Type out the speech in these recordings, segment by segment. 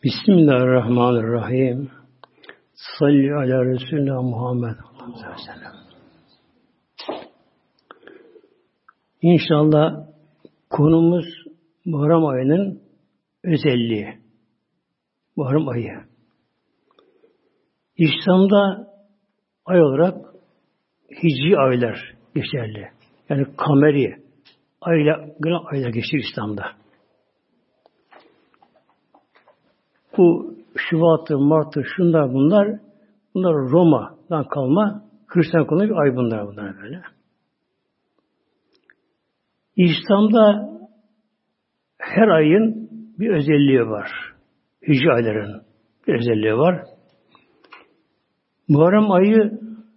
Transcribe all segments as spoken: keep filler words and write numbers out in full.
Bismillahirrahmanirrahim. Salli ala Resulullah Muhammed. İnşallah konumuz Muharrem ayının özelliği. Muharrem ayı. İslam'da ay olarak hicri aylar geçerli. Yani kameri ayla, aylar geçir İslam'da. Bu Şubat'ı, Mart'ı, şunlar bunlar, bunlar Roma'dan kalma, Hristiyan kalma bir ay bunlar bunlar böyle. İslam'da her ayın bir özelliği var. Hicri ayların bir özelliği var. Muharrem ayı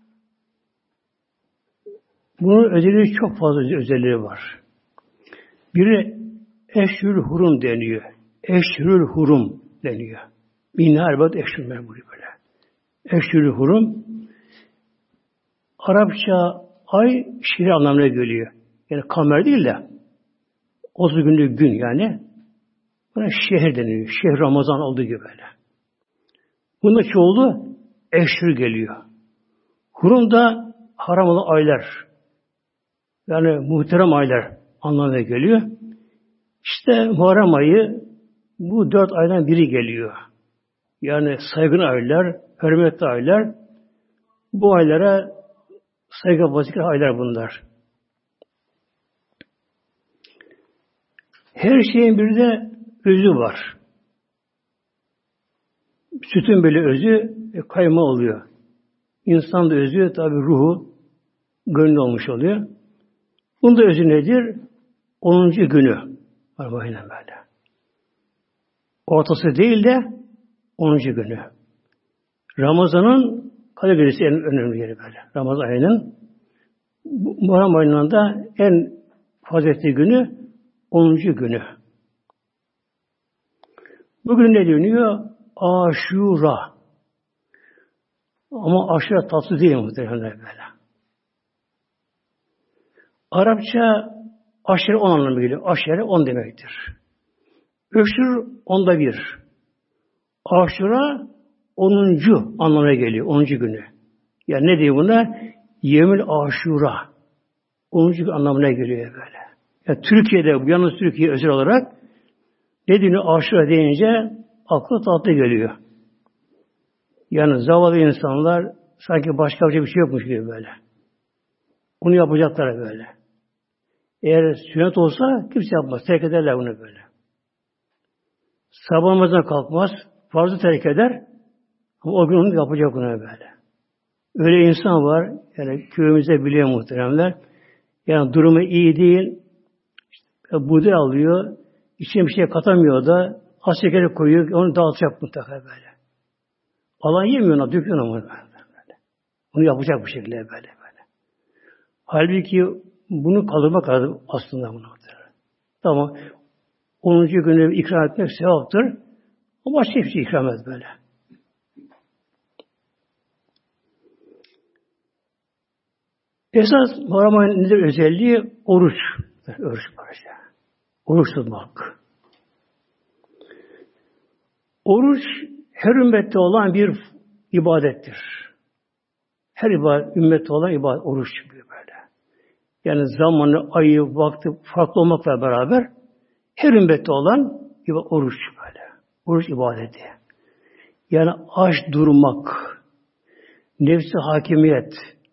bunun özelliği çok fazla özelliği var. Biri Eşhürül Hurum deniyor. Eşhürül Hurum deniyor. Minhâ erbat eşhürül böyle. Eşhürül Hurum Arapça ay şehir anlamına geliyor. Yani kamer değil de otuz günlük gün yani. Buna şehir deniyor. Şehir Ramazan olduğu gibi böyle. Bunda çoğulu eşhür geliyor. Hurum da haram olan aylar. Yani muhterem aylar anlamına geliyor. İşte Muharrem ayı bu dört aydan biri geliyor. Yani saygın aylar, hürmetli aylar. Bu aylara saygı vazife aylar bunlar. Her şeyin bir de özü var. Sütün böyle özü kayma oluyor. İnsan da özü tabi ruhu gönlü olmuş oluyor. Bunun da özü nedir? onuncu günü. Var bu aynen böyle. Ortası değil de onuncu günü. Ramazan'ın Kadir Gecesi en önemli yeri böyle. Ramazan ayının Muharrem ayının da en faziletli günü onuncu günü. Bugün ne deniyor? Aşura. Ama aşura tatlı değil muhtemelen böyle. Arapça aşere on anlamına geliyor. Aşere on demektir. Öşür onda bir. Aşura onuncu anlamına geliyor. Onuncu günü. Yani ne diyor buna? Yevmül Aşura. Onuncu gün anlamına geliyor böyle. Yani Türkiye'de, bu yalnız Türkiye özel olarak ne diyor Aşura deyince aklı tatlı geliyor. Yani zavallı insanlar sanki başka bir şey yokmuş gibi böyle. Bunu yapacaklar böyle. Eğer sünnet olsa kimse yapmaz. Terk ederler bunu böyle. Sabah namazına kalkmaz. Farzı terk eder. Ama o gün onu yapacak ona böyle. Öyle insan var. Yani köyümüzde biliyor muhteremler. Yani durumu iyi değil. İşte, buğday alıyor. İçine bir şey katamıyor da az şekeri koyuyor. Onu dağıtacak mutlaka böyle. Alan yemiyor ona. Döküyor ona böyle. Bunu yapacak bu şekilde böyle böyle. Halbuki bunu kaldırmak lazım aslında bunu. Tamam. onuncu günü ikram etmek sevaptır. Ama başka bir şey ikram et böyle. Esas Muharrem ayının nedir özelliği? Oruç. Oruç parça. Oruç tutmak. Oruç her ümmette olan bir ibadettir. Her ibadet, ümmette olan ibadet, oruç böyle. Yani zamanı, ayı, vakti farklı olmakla beraber her ümmette olan oruç böyle. Oruç ibadeti. Yani aç durmak, nefsi hakimiyet.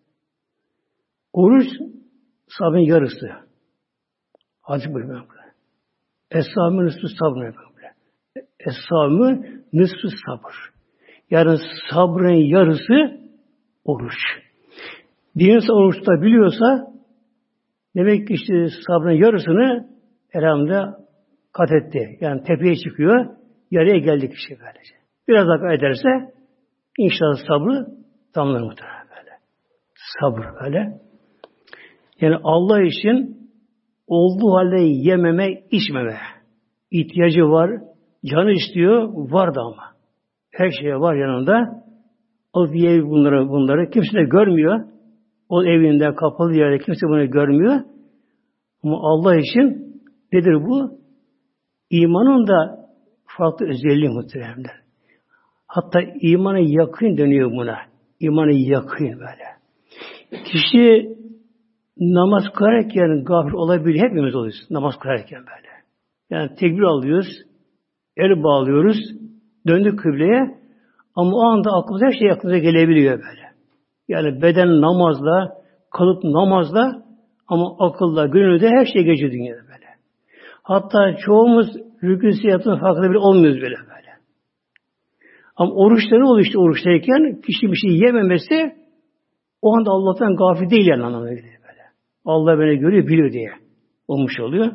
Oruç sabrın yarısı. Hadis buyuruyor. Es-sâmü nısfı sabr. Es-sâmü nısfı sabır. Yani sabrın yarısı oruç. Bir insan oruçta biliyorsa demek ki işte sabrın yarısını elhamdülillah kat etti. Yani tepeye çıkıyor. Yarıya geldik işte böylece. Biraz daha ederse inşallah sabrı tamamlar muhtemelen böyle. Sabır böyle. Yani Allah için olduğu halde yememe, içmeme. İhtiyacı var. Canı istiyor. Var da ama. Her şeye var yanında. O diye bunları, bunları kimse de görmüyor. O evinde kapalı yerde kimse bunu görmüyor. Ama Allah için nedir bu? İmanın da farklı özelliği muhteremler. Hatta imanı yakın deniyor buna. İmanı yakın böyle. Kişi namaz kılarken gafil olabilir. Hepimiz oluyoruz namaz kılarken böyle. Yani tekbir alıyoruz, el bağlıyoruz, döndük kıbleye ama o anda aklımıza her şey aklımıza gelebiliyor böyle. Yani beden namazla, kalıp namazla ama akılla, gönülde her şey geçiyor dünyada böyle. Hatta çoğumuz rükû siyatının farkında bile olmuyoruz böyle böyle. Ama oruçta ne oluyor işte oruçtayken kişi bir şey yememesi o anda Allah'tan gafil değil yani anlamına geliyor böyle. Allah beni görüyor, biliyor diye olmuş oluyor.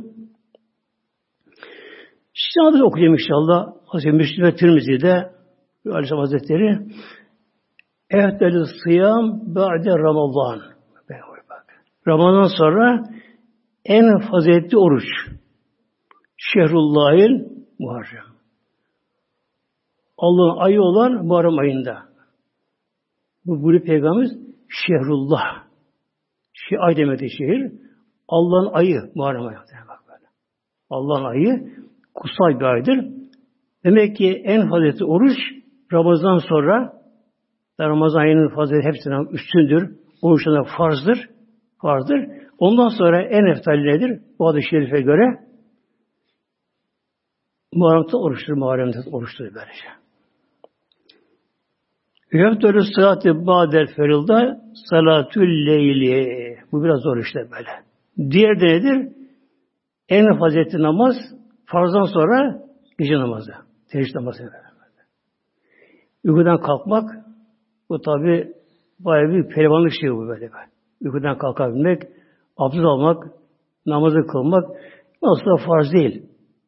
Şimdi adı okuyayım inşallah. Hazreti Müslim ve Tirmizi'de Aleyhisselam Hazretleri Eftelü sıyam ba'de Ramazan. Ramazan sonra en faziletli oruç. Şehrullahil Muharrem. Allah'ın ayı olan Muharrem ayında. Bu buyuruyor Peygamberimiz Şehrullah. Şey, ay demedi şehir. Allah'ın ayı Muharrem ayı. Allah'ın ayı kutsal bir aydır. Demek ki en faziletli oruç Ramazan sonra Ramazan ayının fazileti hepsinden üstündür. Oruçlarına farzdır. Farzdır. Ondan sonra en eftal nedir? Bu hadis-i şerife göre Muharrem'de oruçtur. Muharrem'de oruçtur böylece. Üheftörü salatı ba'del ferilda salatül leyli. Bu biraz zor işte böyle. Diğer de nedir? En faziletli namaz farzdan sonra gece namazı. Teheccüd namazı. Uykudan kalkmak bu tabi bayağı bir pehlivanlık şey bu böyle. Uykudan kalkabilmek, abdest almak, namazı kılmak aslında farz değil.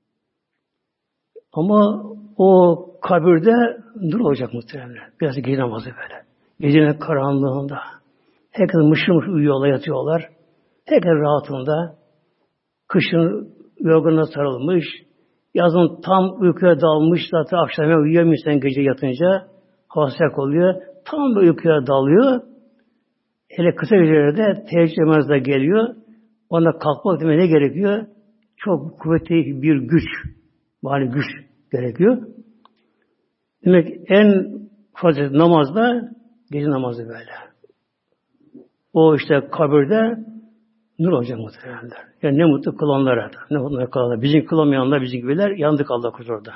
Ama o kabirde nur olacak muhtemelen. Biraz gece namazı böyle. Gecenin karanlığında. Herkes mışır mışır uyuyorlar, yatıyorlar. Herkes rahatında. Kışın yorganına sarılmış. Yazın tam uykuya dalmış. Zaten akşam uyuyamıyorsan gece yatınca hava sıcak oluyor. Tam bir uykuya dalıyor. Hele kısa gecelerde teheccüd namazı da geliyor. Ona kalkmak demeye ne gerekiyor? Çok kuvvetli bir güç. Yani güç gerekiyor. Demek en faziletli namaz da gece namazı böyle. O işte kabirde nur olacak muhtemelen. Yani ne mutlu kılanlara da. Ne mutlu kılanlara. Bizim kılamayanlar, bizim gibiler yandık Allah korusun orada.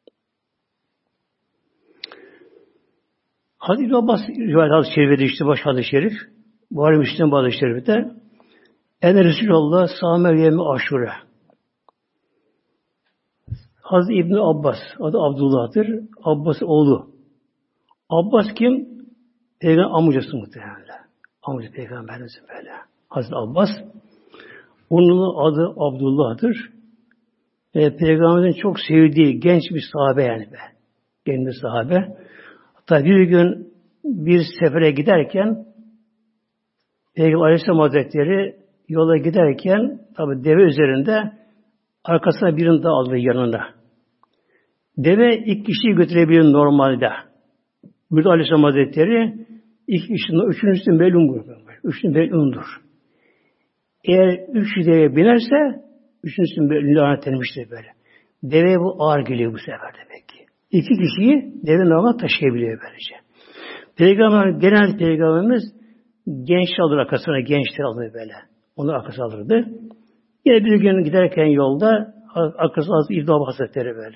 Hazreti Abbas rivayet hadis-i şerifede işte baş hadis-i şerif. Buhari Müslim hadis-i şerifte En Resulullah Sâmer Yevmi Aşure. Hazreti İbni Abbas, adı Abdullah'tır. Abbas oğlu. Abbas kim? Peygamber amcası muhtemelen. Amcası Peygamberimizin böyle. Hazreti Abbas. Onun adı Abdullah'tır. E, Peygamberimizin çok sevdiği genç bir sahabe yani be. Genç bir sahabe. Hatta bir gün bir sefere giderken Peygamber Aleyhisselam Hazretleri yola giderken tabi deve üzerinde arkasına birini daha aldı yanına. Deve iki kişiyi götürebilir normalde. Burada Aleyhisselam Hazretleri iki kişinin üçüncüsü melun buyuruyor. Üçüncüsü melundur. Eğer üç deveye binerse üçüncüsü melun lanetlenmiştir böyle. Deveye bu ağır geliyor bu sefer demek ki. İki kişiyi deve normal taşıyabiliyor böylece. Peygamber, genel Peygamberimiz genç alır arkasına, gençler alır böyle. Onu arkasına alırdı. Yine bir gün giderken yolda arkasına alır İbn Abbas Hazretleri böyle.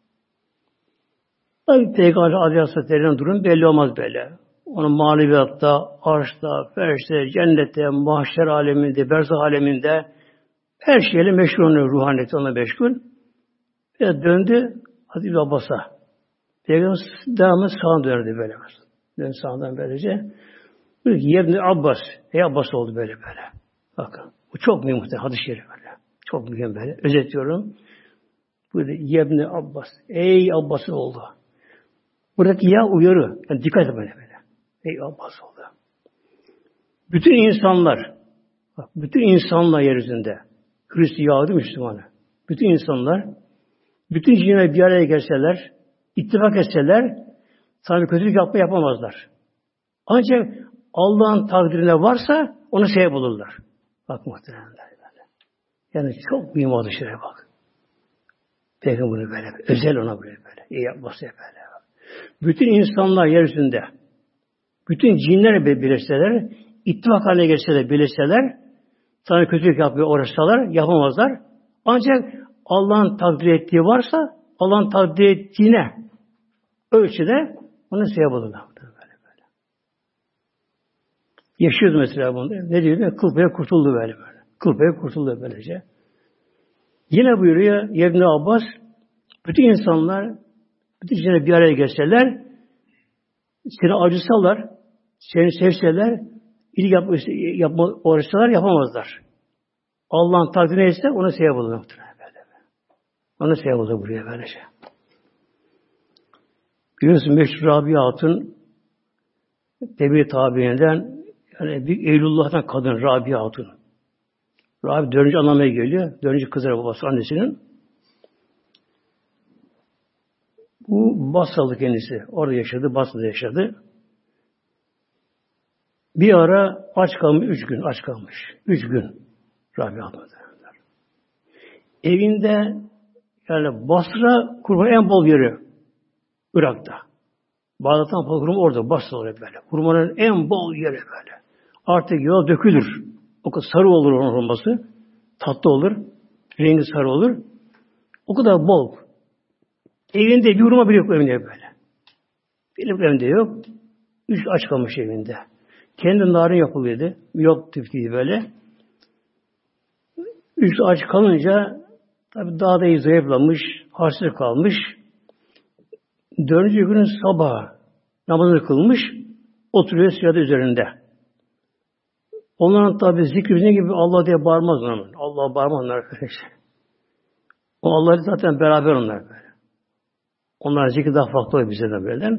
Tabi Peygamber Hazretleri'nin durum belli olmaz böyle. Onun maneviyatta, arşta, ferşte, cennette, mahşer aleminde, berzah aleminde her şeyle meşgul oluyor ruhaniyeti ona meşgul. Ve döndü Hazreti İbn Abbas'a. Peygamber devamlı sağına dönerdi böyle. Döndü sağından böylece. Böyle Yebni Abbas. Ey Abbas oldu böyle böyle. Bakın. Bu çok mühim muhtemelen hadis-i şerif böyle. Çok mühim böyle. Özetiyorum. Böyle Yebni Abbas. Ey Abbas'ın oldu. Buradaki ya uyarı. Yani dikkat et böyle böyle. Ey Abbas oldu. Bütün insanlar bak, bütün insanlar yeryüzünde Hristiyan, Yahudi, Müslümanı. Bütün insanlar bütün cinler bir araya gelseler, ittifak etseler sana kötülük yapma yapamazlar. Ancak Allah'ın takdirine varsa onu sebep bulurlar. Bak muhtemelen. Yani çok mühim hadis-i şerife bak. Peygamber bunu böyle. Özel ona böyle böyle. İyi yapması böyle. Bütün insanlar yeryüzünde, bütün cinler birleşseler, ittifak haline gelseler, birleşseler, sana kötülük yapıyor, uğraşsalar, yapamazlar. Ancak Allah'ın takdir ettiği varsa, Allah'ın takdir ettiğine ölçüde onu sevap olurlar. Böyle böyle. Yaşıyordu mesela bunda. Ne diyor? Kıl payı kurtuldu böyle böyle. Kıl payı kurtuldu böylece. Yine buyuruyor İbn Abbas, bütün insanlar, bütün cinler bir araya gelseler, seni acısalar, seni sevseler, iyilik yapma, yapma uğraşsalar yapamazlar. Allah'ın takdiri neyse ona sevap olur. Ona sevap olur buraya böylece. Biliyorsun meşhur Rabia Hatun Tebe-i tabiinden, yani bir Eylullah'tan kadın Rabia Hatun. Rabia dördüncü anlamaya geliyor. Dördüncü kızı babası annesinin. Bu Basralı kendisi. Orada yaşadı. Basra'da yaşadı. Bir ara aç kalmış. Üç gün aç kalmış. Üç gün. Rabia Hatun. Evinde yani Basra kurbanın en bol yeri. Irak'ta. Bağdat'tan kurban orada. Basra oraya böyle. Kurbanın en bol yeri böyle. Artık yola dökülür. O kadar sarı olur onun hurması. Tatlı olur. Rengi sarı olur. O kadar bol. Evinde bir hurma bile yok evinde böyle. Bir evinde yok. Üç aç kalmış evinde. Kendi narin yapılıyordu. Yok tüftüydü böyle. Üç aç kalınca tabi daha da iyi zayıflamış. Halsiz kalmış. Dördüncü günün sabahı namazını kılmış. Oturuyor sırada üzerinde. Onların tabi zikri ne gibi Allah diye bağırmaz onlar. Allah bağırmaz onlar arkadaşlar. O Allah'ı zaten beraber onlar böyle. Onlar zikri daha farklı oluyor bize de böyle.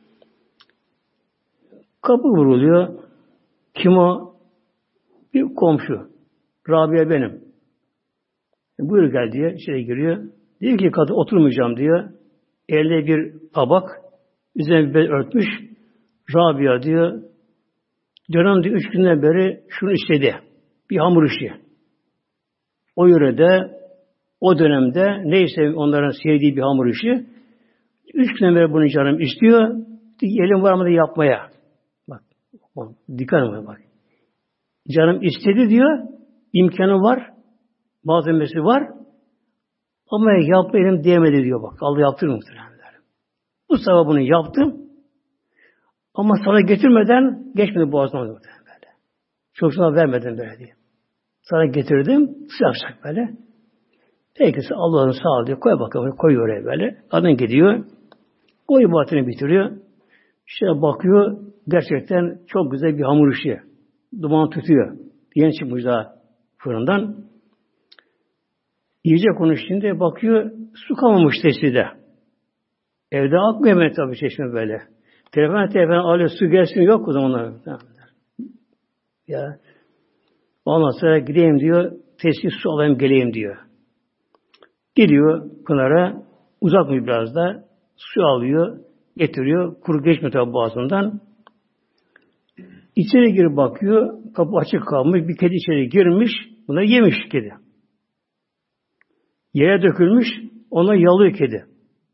Kapı vuruluyor. Kim o? Bir komşu. Rabia benim. E, buyur gel diye içeri giriyor. Diyor ki kadın oturmayacağım diyor. Elde bir tabak. Üzerine bir bez örtmüş. Rabia diyor. Dönem diyor üç günden beri şunu istedi. Bir hamur işi. O yörede, o dönemde neyse onların sevdiği bir hamur işi. Üç günden beri bunu canım istiyor. Elim var mı da yapmaya. Bak, bak dikkat edin bak. Canım istedi diyor. İmkanı var. Malzemesi var. Ama yapma elim diyemedi diyor bak. Allah yaptırır muhtemelen. Bu sabah bunu yaptım. Ama sana getirmeden geçmedi boğazdan böyle. Çok sana vermedim böyle diye. Sana getirdim. Sıcak sıcak böyle. Peki Allah'ın sağ ol diyor. Koy bakalım. Koy oraya böyle. Kadın gidiyor. O ibadetini bitiriyor. İşte bakıyor. Gerçekten çok güzel bir hamur işi. Duman tutuyor. Yeni çıkmış daha fırından. İyice konuştuğunda bakıyor. Su kalmamış testide. Evde akmıyor hemen tabii çeşme böyle. Telefon telefon alıyor. Su gelsin yok o zamanlar. Ya. Ondan sonra gideyim diyor. Testi su alayım geleyim diyor. Gidiyor Pınar'a. Uzak mı biraz da. Su alıyor. Getiriyor. Kuru geçmiyor tabi boğazından. İçeri girip bakıyor. Kapı açık kalmış. Bir kedi içeri girmiş. Buna yemiş kedi. Yere dökülmüş. Ona yalıyor kedi.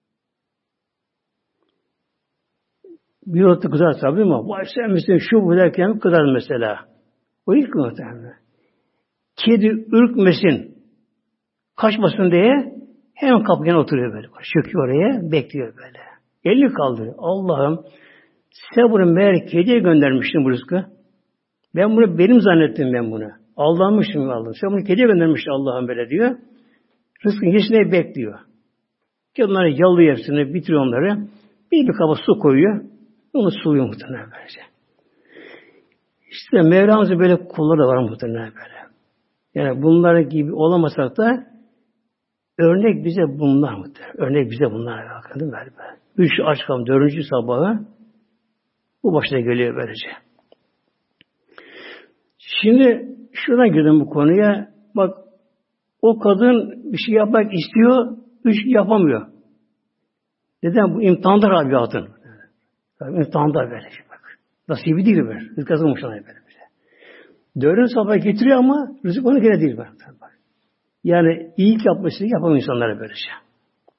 Bir otlu kızar tabi ama vay sen misin şu bu derken kızar mesela. O ilk muhtemelen. Kedi ürkmesin, kaçmasın diye hemen kapıya oturuyor böyle. Çöküyor oraya, bekliyor böyle. Elini kaldırıyor. Allah'ım sen bunu meğer kediye göndermiştin bu rızkı. Ben bunu benim zannettim ben bunu. Allah'mışım Allah'ım. Sen bunu kediye göndermiştin Allah'ım böyle diyor. Rızkın yeşine bekliyor. Ki onları yalıyor hepsini, bitiriyor onları. Bir bir kaba su koyuyor. Onu suluyor muhtemelen böylece. İşte Mevlamızın böyle kulları da var muhtemelen böyle. Yani bunlar gibi olamasak da örnek bize bunlar muhtemelen. Örnek bize bunlar. Bakın değil mi? Böyle. Üç aç kalın, dördüncü sabahı bu başına geliyor böylece. Şimdi şuradan girdim bu konuya. Bak o kadın bir şey yapmak istiyor, üç yapamıyor. Neden? Bu imtihanda Rabia Hatun. İmtihanda böyle. Bak. Nasibi değil böyle. Rızk yazılmış ona böyle. Dördüncü sabah getiriyor ama rızık onu gene değil. Bak. Yani iyilik yapması yapamıyor insanlara böylece.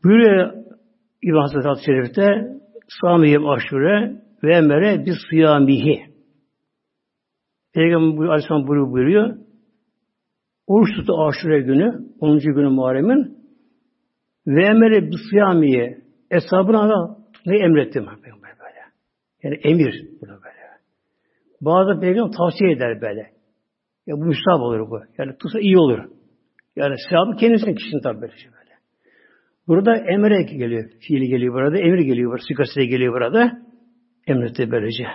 Buyuruyor İbn Hazreti Hadis-i Şerif'te Sâmiyem aşure ve emere bis sıyâmihi. Peygamber buyuruyor, Aleyhisselam buyuruyor. Oruç tuttu aşure günü, onuncu günü Muharrem'in ve emere bis sıyâmihi. Eshabına da tutmayı emrettim. Böyle. Yani emir. Burada böyle. Bazı peygamber tavsiye eder böyle. Ya bu müstahap olur bu. Yani tutsa iyi olur. Yani sevabı kendisine kişinin tabi böyle şey böyle. Burada emre geliyor. Fiili geliyor burada. Emir geliyor burada. Sikası geliyor burada. Emretti böylece.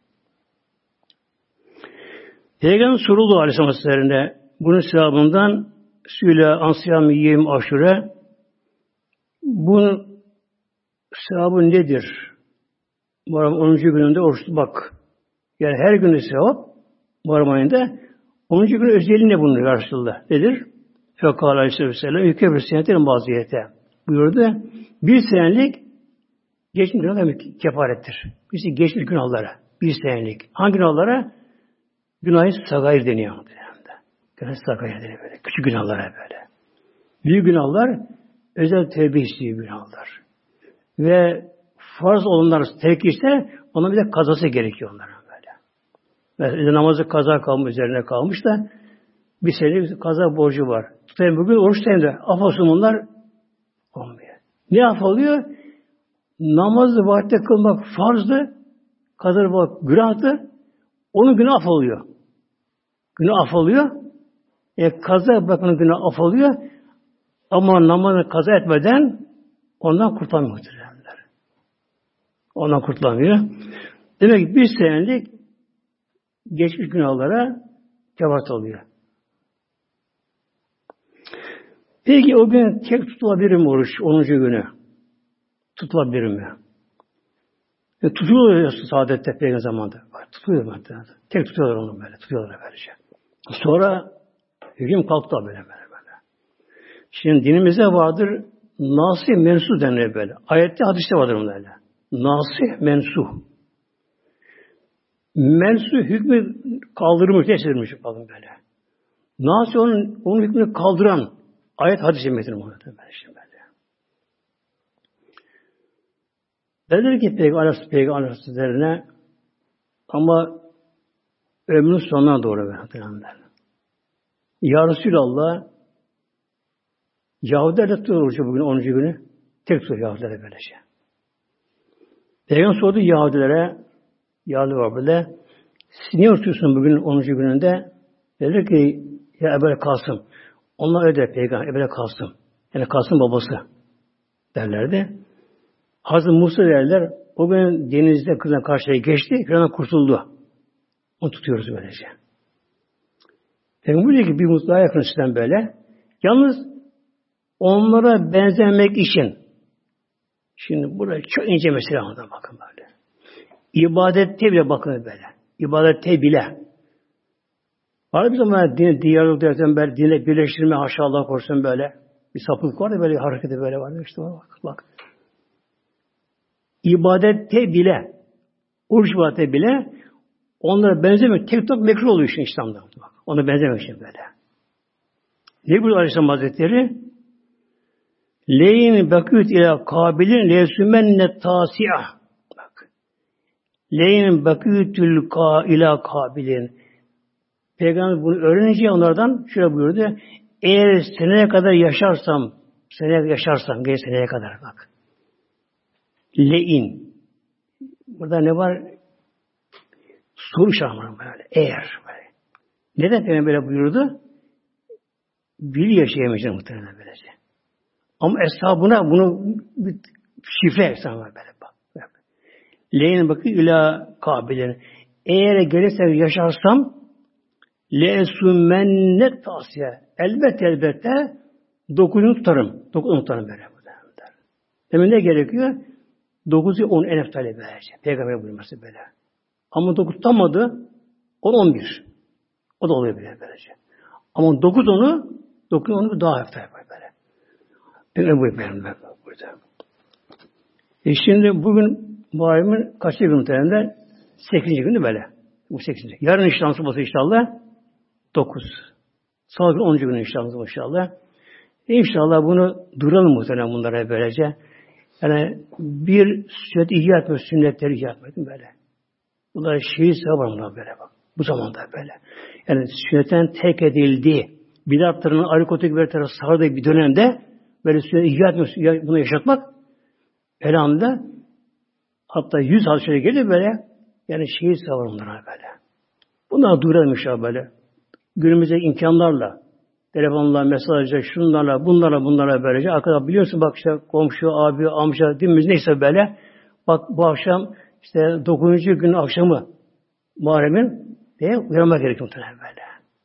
Peygamber soruldu Aleyhisselam Hazretleri'ne bunun sevabından Süle ansiyam yiyeyim aşure bunun sevabı nedir? Muharrem onuncu gününde oruç tutmak. Yani her günü sevap Muharrem ayında onuncu günün özelliği ne bunun karşılığında? Nedir? Fekâle aleyhisselam yükebir senetin baziyete buyurdu. Bir senelik geçmiş günahlara kefarettir. Birisi geçmiş günahlara. Bir senelik. Hangi günahlara? Günah-ı sagair deniyor. Günah-ı sagair deniyor böyle. Küçük günahlara böyle. Büyük günahlar özel tevbe istiyor günahlar. Ve farz olanlar terk ise ona bir de kazası gerekiyor onlara böyle. Mesela namazı kaza kalmış üzerine kalmış da bir senelik kaza borcu var. Tutayım bugün oruç tutayım da af olsun bunlar olmuyor. Ne af oluyor? Namazı vakitte kılmak farzdı. Kaza bak günahtı. Onun günü af oluyor. Günü af oluyor. E, kaza bakın günü af oluyor. Ama namazı kaza etmeden ondan kurtulamıyor. Ondan kurtulamıyor. Demek ki bir senelik geçmiş günahlara kefaret oluyor. Peki o gün tek tutulabilir mi oruç onuncu günü? Tutulabilir mi? E, tutuluyor saadette peygamber zamanında. Tutuyor zaten. Tek tutuyorlar onu böyle. Tutuyorlar böylece. Sonra hüküm kalktı böyle böyle böyle. Şimdi dinimizde vardır nasih mensuh denir böyle. Ayette hadiste vardır böyle. Nasih mensuh. Mensuh hükmü kaldırmış, geçirmiş falan böyle. Nasih onun, onun hükmünü kaldıran ayet hadis-i metin böyle. Dedi ki Peygamber Peygamber Hazretlerine ama ömrün sonuna doğru böyle. Ya Resulallah Yahudiler de tutuyor orucu bugün onuncu günü. Tek tutuyor Yahudiler böylece. Peygamber sordu Yahudilere Yahudiler var böyle. Siz niye oruçluyorsunuz bugün onuncu gününde? Dedi ki ya Ebele Kasım. Onlar öyle der Peygamber Ebele Kasım. Yani Kasım babası derlerdi. Hazreti Musa derler. O gün denizde kızdan karşıya geçti. Kırana kurtuldu. Onu tutuyoruz böylece. Peygamber diyor ki bir Musa daha yakın sizden böyle. Yalnız onlara benzemek için şimdi buraya çok ince mesele anladım bakın böyle. İbadette bile bakın böyle. İbadette bile. Var bir zaman din, diyalog derken böyle dinle birleştirme haşa Allah korusun böyle. Bir sapıklık var da böyle hareketi böyle var. İşte bak bak. İbadette bile oruç ibadette bile onlara benzemek tek tek mekruh oluyor işte İslam'da. Bak, ona benzemek için böyle. Ne buyuruyor Aleyhisselam Hazretleri? Leyin baküt ila kabilin lesümenne tasiyah. Bak. Leyin bakütül ka ila kabilin. Peygamber bunu öğrenince onlardan şöyle buyurdu. Eğer seneye kadar yaşarsam, seneye yaşarsam, geç seneye kadar bak. Leyin. Burada ne var? Soru şahmanı böyle. Eğer. Böyle. Neden Peygamber böyle buyurdu? Bil yaşayamayacak muhtemelen böylece. Ama eshabına bunu bir şifre eshabına böyle bak. Leyin bakın ila kabilin. Eğer gelirse yaşarsam le'summennet tavsiye. Elbette elbette dokuzunu tutarım. Dokuzunu tutarım böyle. Demin ne gerekiyor? Dokuzu on en eftali böylece. Peygamber buyurması böyle. Ama dokuz tutamadı. On on bir. O da oluyor böyle böylece. Ama dokuz onu dokuz onu daha eftali böyle. Peygamber buyuruyor burada. E şimdi bugün Muharrem'in kaçıncı günü muhtemelen? Sekizinci günü böyle. Bu sekizinci. Yarın inşallah olsa inşallah dokuz. Sonra gün onuncu günü inşallah inşallah. İnşallah bunu duralım muhtemelen bunlara böylece. Yani bir sünnet ihya etme, sünnetleri ihya etmedim böyle. Bunlar şehit sevabı var bunlar böyle bak. Bu zamanda böyle. Yani sünnetten tek edildi. Bidatların arikotik bir tarafı sardığı bir dönemde böyle sünnet ihya etme, bunu yaşatmak elhamdülillah hatta yüz hadisleri gelir böyle yani şehit sevabı bunlara böyle. Bunlar duralım inşallah böyle. Günümüzdeki imkanlarla telefonla, mesajla, şunlarla, bunlarla, bunlarla böylece. Arkadaşlar biliyorsun bak işte komşu, abi, amca, dimiz neyse böyle. Bak bu akşam işte dokuzuncu gün akşamı Muharrem'in diye uyanmak gerekiyor muhtemelen böyle.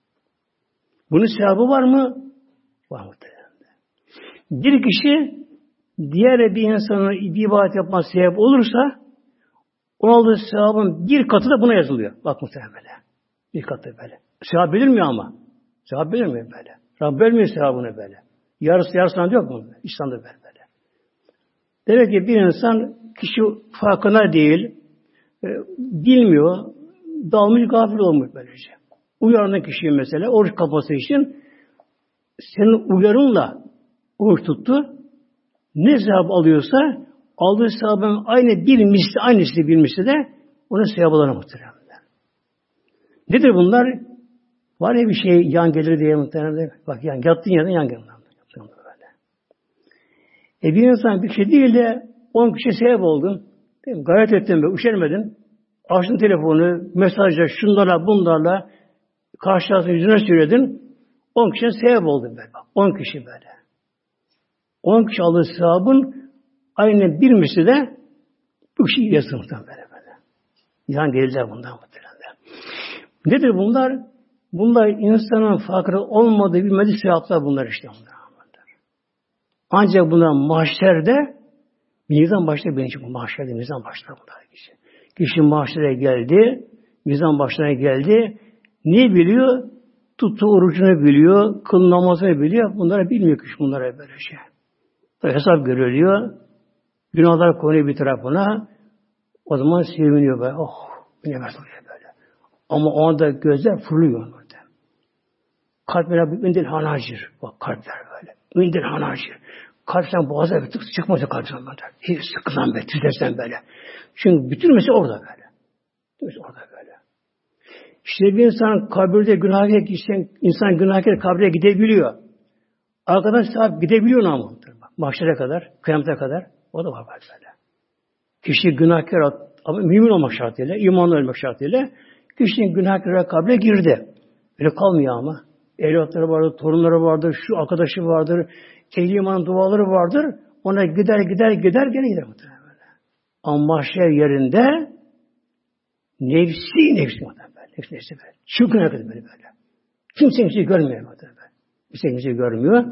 Bunun sevabı var mı? Var muhtemelen. Bir kişi diğer bir insanın bir ibadet yapması sebep olursa onun aldığı sevabın bir katı da buna yazılıyor. Bak muhtemelen böyle. Bir katı böyle. Sevap bilmiyor ama. Sevap bilmiyor böyle. Rabbim vermiyor sevabını böyle. Yarısı yarısından yok mu? İslam'da böyle böyle. Demek ki bir insan kişi farkına değil, e, bilmiyor, dalmış gafil olmuş böylece. Uyarılan kişiyi mesela oruç kapması için senin uyarınla oruç tuttu. Ne sevap alıyorsa aldığı sevabın aynı bir misli, aynısı bir misli de onun sevabı alana muhtemelen. Nedir bunlar? Var ya bir şey yan gelir diye muhtemelen. Bak yan yattığın yerden yan gelir. Böyle. E bir insan bir şey değil de on kişi sebep oldun. Değil mi? Gayret ettin ve üşenmedin. Açtın telefonu, mesajla, şunlarla, bunlarla karşılaştın, yüzüne söyledin. on kişiye sebep oldun böyle. on kişi böyle. on kişi aldığı sevabın aynı bir misli de bu kişi yazın muhtemelen böyle. Yan gelirler bundan muhtemelen. Nedir bunlar? Bunlar insanın farkında olmadığı bilmediği sevaplar bunlar işte. Bunlar. Ancak bunlar mahşerde mizan başlar benim için bu mahşerde mizan başlar bunlar kişi. Kişi mahşere geldi, mizan başlarına geldi. Ne biliyor? Tuttuğu orucunu biliyor, kıl namazını biliyor. Bunları bilmiyor kişi bunlara böyle şey. Tabii hesap görülüyor. Günahlar konuyor bir tarafına. O zaman seviniyor böyle. Oh, ne var böyle. Ama o anda gözler fırlıyor orada. Kalpler indir hanacır. Bak kalpler böyle. İndir hanacır. Kalpten boğaza bir tık çıkmasa kalpten böyle. Hiç sıkılan böyle, tüzlersen böyle. Çünkü bütün mesele orada böyle. Bütün orada böyle. İşte bir insan kabirde günahkar gitsen, insan günahkar kabre gidebiliyor. Arkadan sahip gidebiliyor ama. Mahşere kadar, kıyamete kadar. O da var böyle. Kişi günahkar ama mümin olmak şartıyla, imanlı olmak şartıyla kişinin günahkar kabre girdi. Öyle kalmıyor ama. Evlatları vardır, torunları vardır, şu arkadaşı vardır, ehli imanın duaları vardır. Ona gider gider gider gene gider muhtemelen böyle. Ama mahşer yerinde nefsi nefsi muhtemelen böyle. Nefsi nefsi böyle. Çılgın kadar böyle böyle. Kimse kimseyi görmüyor muhtemelen böyle. Kimse kimseyi görmüyor.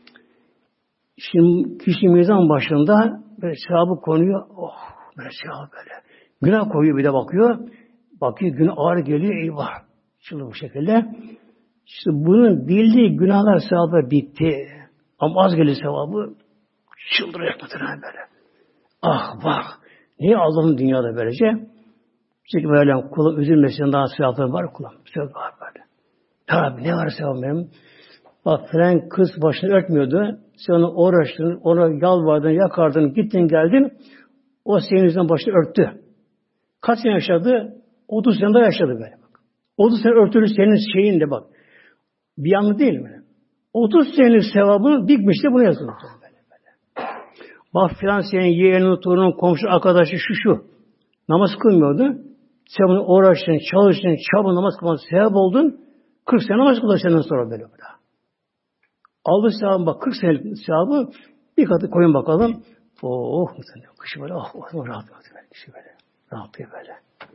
Şimdi kişi mizan başında böyle sevabı konuyor. Oh böyle sevabı böyle. Günah koyuyor bir de bakıyor. Bakıyor gün ağır geliyor. Eyvah. Çılgın bu şekilde. İşte bunun bildiği günahlar sevabı bitti. Ama az gelir sevabı çıldırıyor muhtemelen böyle. Ah vah. Niye Allah'ın dünyada böylece? Çünkü böyle kulum üzülmesinden daha sevapları var kulum. Sevap var böyle. Ya Rabbi ne var sevabım benim? Bak falan kız başını örtmüyordu. Sen onu uğraştın, ona yalvardın, yakardın, gittin geldin. O senin yüzünden başını örttü. Kaç sene yaşadı? otuz sene daha yaşadı böyle bak. otuz sene örtülü senin şeyin de bak. Bir yanlı değil mi? otuz senelik sevabı dikmiş de buna yazılır. Böyle, böyle. Bak filan senin yeğenin, torunun, komşu, arkadaşı şu şu. Namaz kılmıyordu. Sen bunu uğraştın, çalıştın, çabuk namaz kılmadın, sevap oldun. kırk sene namaz kıldın senden sonra böyle. böyle. Aldığı sevabı bak kırk senelik sevabı bir katı koyun bakalım. Oh, kışı böyle, oh, oh rahat rahat böyle, kışı böyle, rahatlıyor böyle.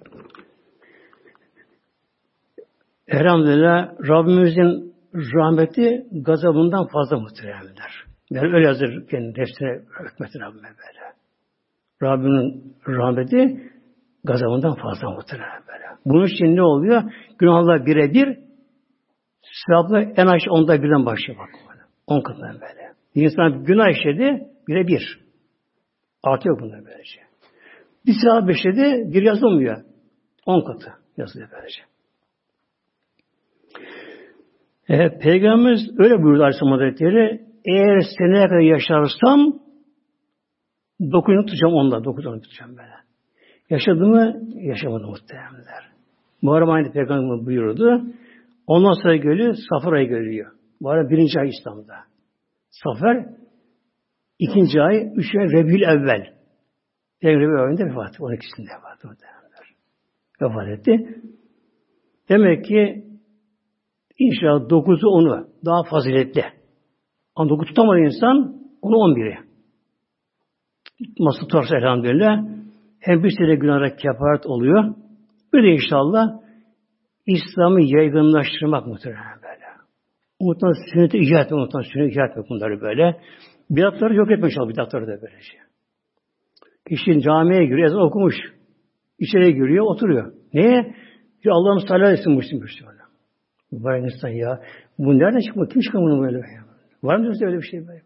Elhamdülillah Rabbimizin rahmeti gazabından fazla muhteremler. Yani öyle yazır kendi nefsine hükmetin Rabbime böyle. Rabbimin rahmeti gazabından fazla muhterem böyle. Bunun için ne oluyor? Günahlar birebir, sevaplar en aşağı onda birden başlıyor bak. On katından böyle. Bir insan günah işledi, birebir. Artıyor bunlar böylece. Bir sevap işledi, bir yazılmıyor. On katı yazılıyor böylece. E, Peygamberimiz öyle buyurdu Aleyhisselam Hazretleri, eğer seneye kadar yaşarsam dokuzunu tutacağım onunla. Dokuzunu tutacağım böyle. Yaşadı mı? Yaşamadı muhtemelenler. Muharrem ayında Peygamber buyurdu. Ondan sonra geliyor, Safer ayı geliyor. Bu arada birinci ay İslam'da. Safer, ikinci ay, üç ay Rebül evvel. Rebül ayında vefat etti. on ikisinde vefat etti. Vefat etti. Demek ki inşallah dokuzu onu daha faziletli. Ama dokuz tutamadı insan, onu on biri. Nasıl tutarsa elhamdülillah hem bir sene günahlara kefaret oluyor. Bir de inşallah İslam'ı yaygınlaştırmak muhtemelen böyle. Muhtemelen sünneti icra etmek, muhtemelen sünneti icra etmek bunları böyle. Bidatları yok etmek inşallah, bidatları da böylece. Kişinin camiye giriyor, ezan okumuş. İçeriye giriyor, oturuyor. Neye? Ya Allah'ım sallallahu aleyhi ve sellem Müslüman. Vay insan ya. Bu nereden çıkma? Kim çıkma bunu böyle? Var mı öyle bir şey böyle?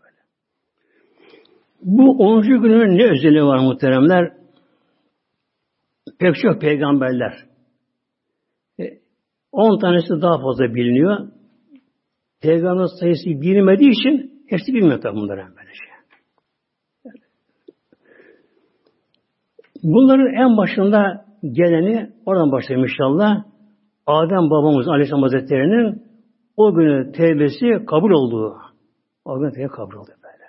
Bu onuncu günün ne özelliği var muhteremler? Pek çok peygamberler. On tanesi daha fazla biliniyor. Peygamber sayısı bilmediği için hepsi bilmiyor tabi bunları böyle şey. Bunların en başında geleni, oradan başlayalım inşallah. Adem babamız Aleyhisselam Hazretleri'nin o günü tevbesi kabul olduğu. O gün tevbe kabul oldu böyle.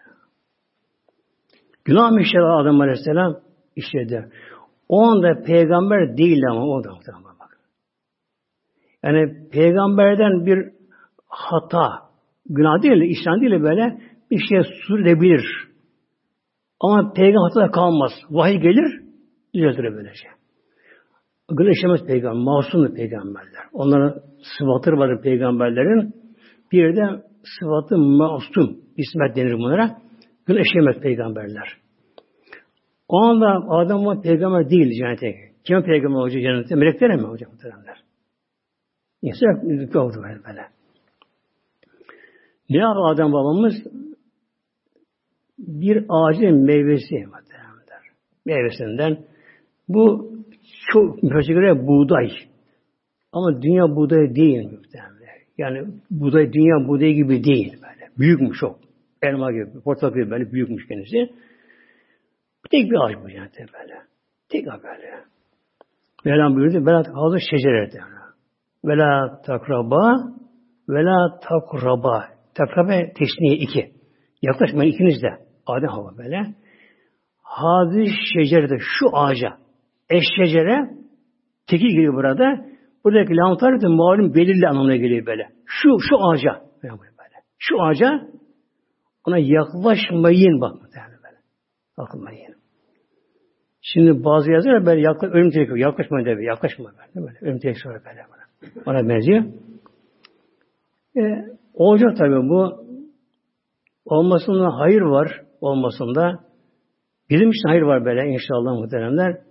Günah işledi Adem Aleyhisselam işledi. O anda peygamber değildi ama o da bak. Yani peygamberden bir hata, günah değil, işlem değil böyle bir şeye sürebilir. Ama peygamber hatada kalmaz. Vahiy gelir, düzeltir böylece. Günah işlemez peygamber, masumdur peygamberler. Onların sıfatları vardır peygamberlerin. Bir de sıfatı masum, ismet denir bunlara. Günah işlemez peygamberler. O anda Adem peygamber değil cennete. Kim peygamber olacak cennete? Melekler mi olacak muhtemelenler? İnsan rütbe oldu böyle böyle. Ne yaptı Adem babamız? Bir ağacın meyvesi muhtemelenler. Meyvesinden. Bu çok müfessire göre buğday. Ama dünya buğday değil muhtemelenler. Yani buğday dünya buğday gibi değil böyle. Büyükmüş çok. Elma gibi, portakal gibi böyle büyükmüş kendisi. Tek bir ağaç bu cennette böyle. Tek ağaç böyle. Mevlam buyurdu. Vela hazır şecerete. Vela takraba vela takraba. Takraba teşniye iki. Yaklaşmayın ikiniz de. Adem hava böyle. Hazır şecerete şu ağaca. Eş şecere teki geliyor burada. Buradaki lamtar da malum belirli anlamına geliyor böyle. Şu şu ağaca. Böyle. Şu ağaca ona yaklaşmayın bak. Yaklaşmayın. Şimdi bazı yazılar böyle yaklaş, ölüm tehlikeli, yaklaşmayın diye, yaklaşma böyle, böyle, ölüm tehlikeli sonra böyle bana. Bana benziyor. E, olacak tabii bu. Olmasında hayır var, olmasında. Bizim için hayır var böyle inşallah muhteremler.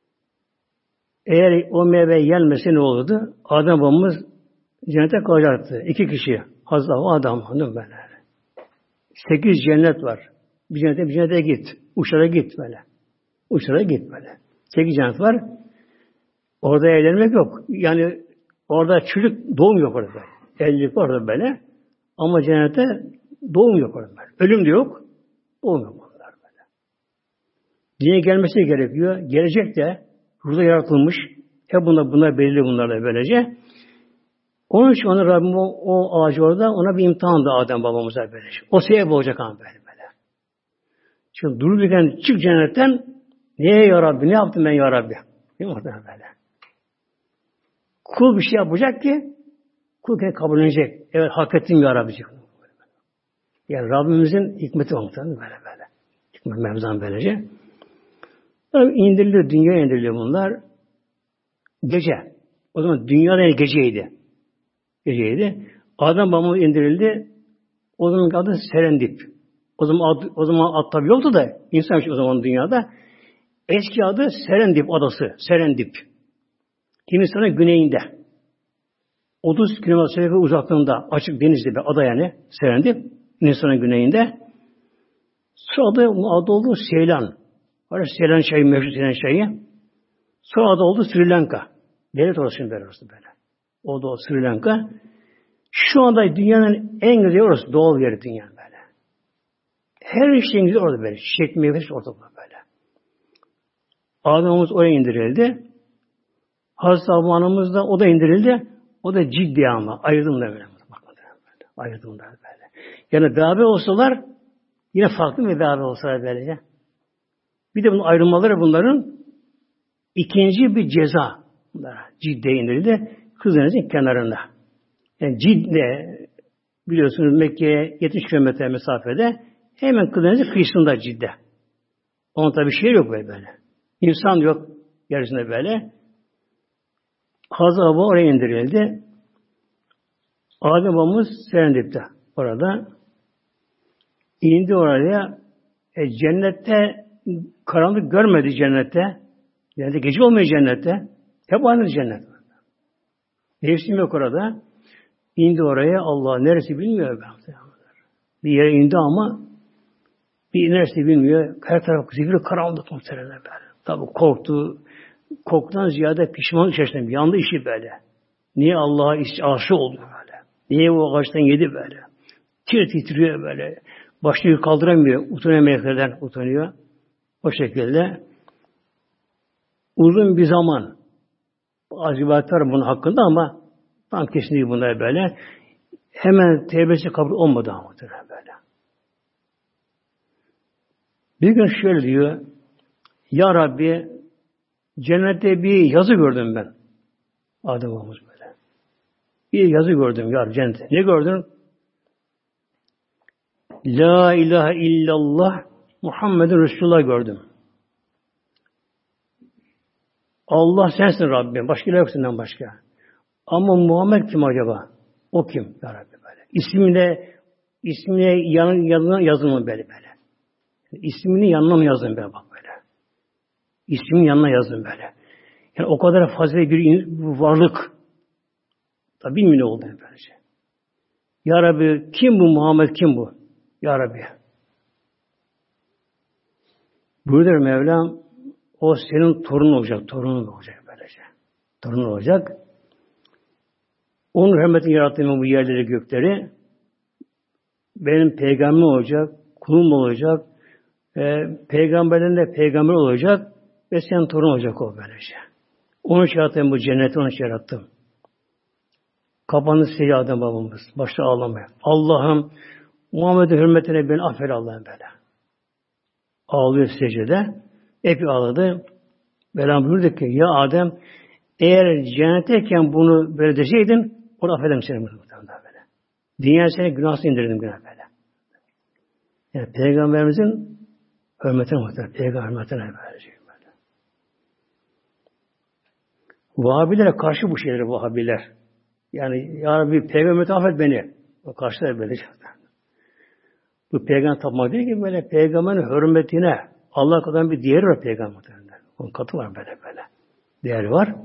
Eğer o meyve yenmese ne olurdu? Adem babamız cennete kalacaktı. İki kişi. Hazreti Adam hanım böyle. Sekiz cennet var. Bir cennete bir cennete git. Uçlara git böyle. Uçlara git böyle. Sekiz cennet var. Orada evlenmek yok. Yani orada çocuk doğum yok orada. Evlilik var orada böyle. Ama cennete doğum yok orada böyle. Ölüm de yok. Doğum yok orada böyle. Dünyaya gelmesi gerekiyor. Gelecek de burada yaratılmış. Hep bunlar, bunlar belirli bunlar da böylece. Onun için ona Rabbim o, o ağacı orada ona bir imtihandı Adem babamıza böylece. O sebep olacak ama böyle böyle. Şimdi dururken çık cennetten niye ya Rabbi? Ne yaptım ben ya Rabbi? Değil mi orada böyle? Kul bir şey yapacak ki kul kendini kabullenecek. Evet hak ettim ya Rabbi. Yani Rabbimizin hikmeti olmuş. Böyle böyle. Hikmet mevzan böylece. Tabii indiriliyor, dünya indiriliyor bunlar. Gece. O zaman dünyada geceydi. Geceydi. Adem babamız indirildi. O zaman adı Serendip. O zaman ad, o zaman ad tabi yoktu da insan o zaman dünyada. Eski adı Serendip adası. Serendip. Hindistan'ın güneyinde. otuz kilometre uzaklığında açık denizli bir ada yani Serendip. Hindistan'ın güneyinde. Sonra adı, adı oldu Seylan. Orası Seylan çayı, meşhur Seylan çayı. Sonra adı oldu Sri Lanka. Devlet orası böyle orası böyle. O da o Sri Lanka. Şu anda dünyanın en güzel orası. Doğal yeri dünya böyle. Her şeyin güzel orada böyle. Çiçek meyvesi orada böyle. Adem'imiz oraya indirildi. Hazreti Havva'nımız da o da indirildi. O da ciddi ama. Ayırdım da böyle. Ayırdım da böyle. Yani beraber olsalar yine farklı bir beraber olsalar böylece. Bir de bunun ayrılmaları bunların ikinci bir ceza. Bunlara Cidde indirildi. Kızınızın kenarında. Yani Cidde biliyorsunuz Mekke'ye yetmiş kilometre mesafede hemen Kızınızın kıyısında Cidde. Onun tabi şey yok böyle böyle. İnsan yok yeryüzünde böyle. Hazreti Havva oraya indirildi. Adem babamız Serendip'te orada. İndi oraya. E, cennette karanlık görmedi cennette. Yani gece olmuyor cennette. Hep aynı cennet. Mevsim yok orada. İndi oraya. Allah neresi bilmiyor. Bir yere indi ama bir neresi bilmiyor. Her taraf zifiri karanlık muhtemelen böyle. Tabi korktu. Korkudan ziyade pişman içerisinde yandı işi böyle. Niye Allah'a aşık oldu böyle? Niye o ağaçtan yedi böyle? Tir titriyor böyle. Başını kaldıramıyor. Utanıyor meleklerden utanıyor. O şekilde uzun bir zaman bazı rivayetler var bunun hakkında ama tam kesin değil bunlar böyle. Hemen tevbesi kabul olmadı ama böyle. Bir gün şöyle diyor. Ya Rabbi cennette bir yazı gördüm ben. Adem babamız böyle. Bir yazı gördüm ya cennette. Ne gördün? La ilahe illallah Muhammedun Resulullah gördüm. Allah sensin Rabbim. Başka ilah yok senden başka. Ama Muhammed kim acaba? O kim? Ya Rabbi böyle. İsmine ismine yan, yanına yazın mı böyle böyle. İsmini yanına mı yazın böyle bak böyle. İsminin yanına yazın böyle. Yani o kadar faziletli bir varlık. Tabi bilmiyor ne oldu böylece. Ya Rabbi kim bu Muhammed kim bu? Ya Rabbi. Buyuruyor Mevlam o senin torunun olacak. Torunun olacak böylece. Torunun olacak. Onun hürmetini yarattığım bu yerleri gökleri benim peygamberim olacak. Kulum olacak. E, peygamberlerin de peygamber olacak. Ve senin torun olacak o böylece. Onun için yarattım bu cenneti. Onun için yarattım. Kapandı secde Adem babamız. Başta ağlamaya. Allah'ım Muhammed'in hürmetine beni affet Allah'ım böyle. Ağlıyor secdede. Epey ağladı. Mevlam buyurdu ki ya Adem eğer cennetteyken bunu böyle deseydin onu affederim seni böyle. Dünya seni günahsız indirdim günah böyle. Yani Peygamberimizin hürmetine muhtemelen. Peygamber hürmetine verecek böyle. Vahabilere karşı bu şeyler Vahabiler. Yani ya Rabbi Peygamber affet beni. O karşılar böyle. Bu peygamber tapmak değil ki böyle peygamberin hürmetine Allah kadar bir değeri var peygamberinde. Onun katı var böyle böyle. Değeri var.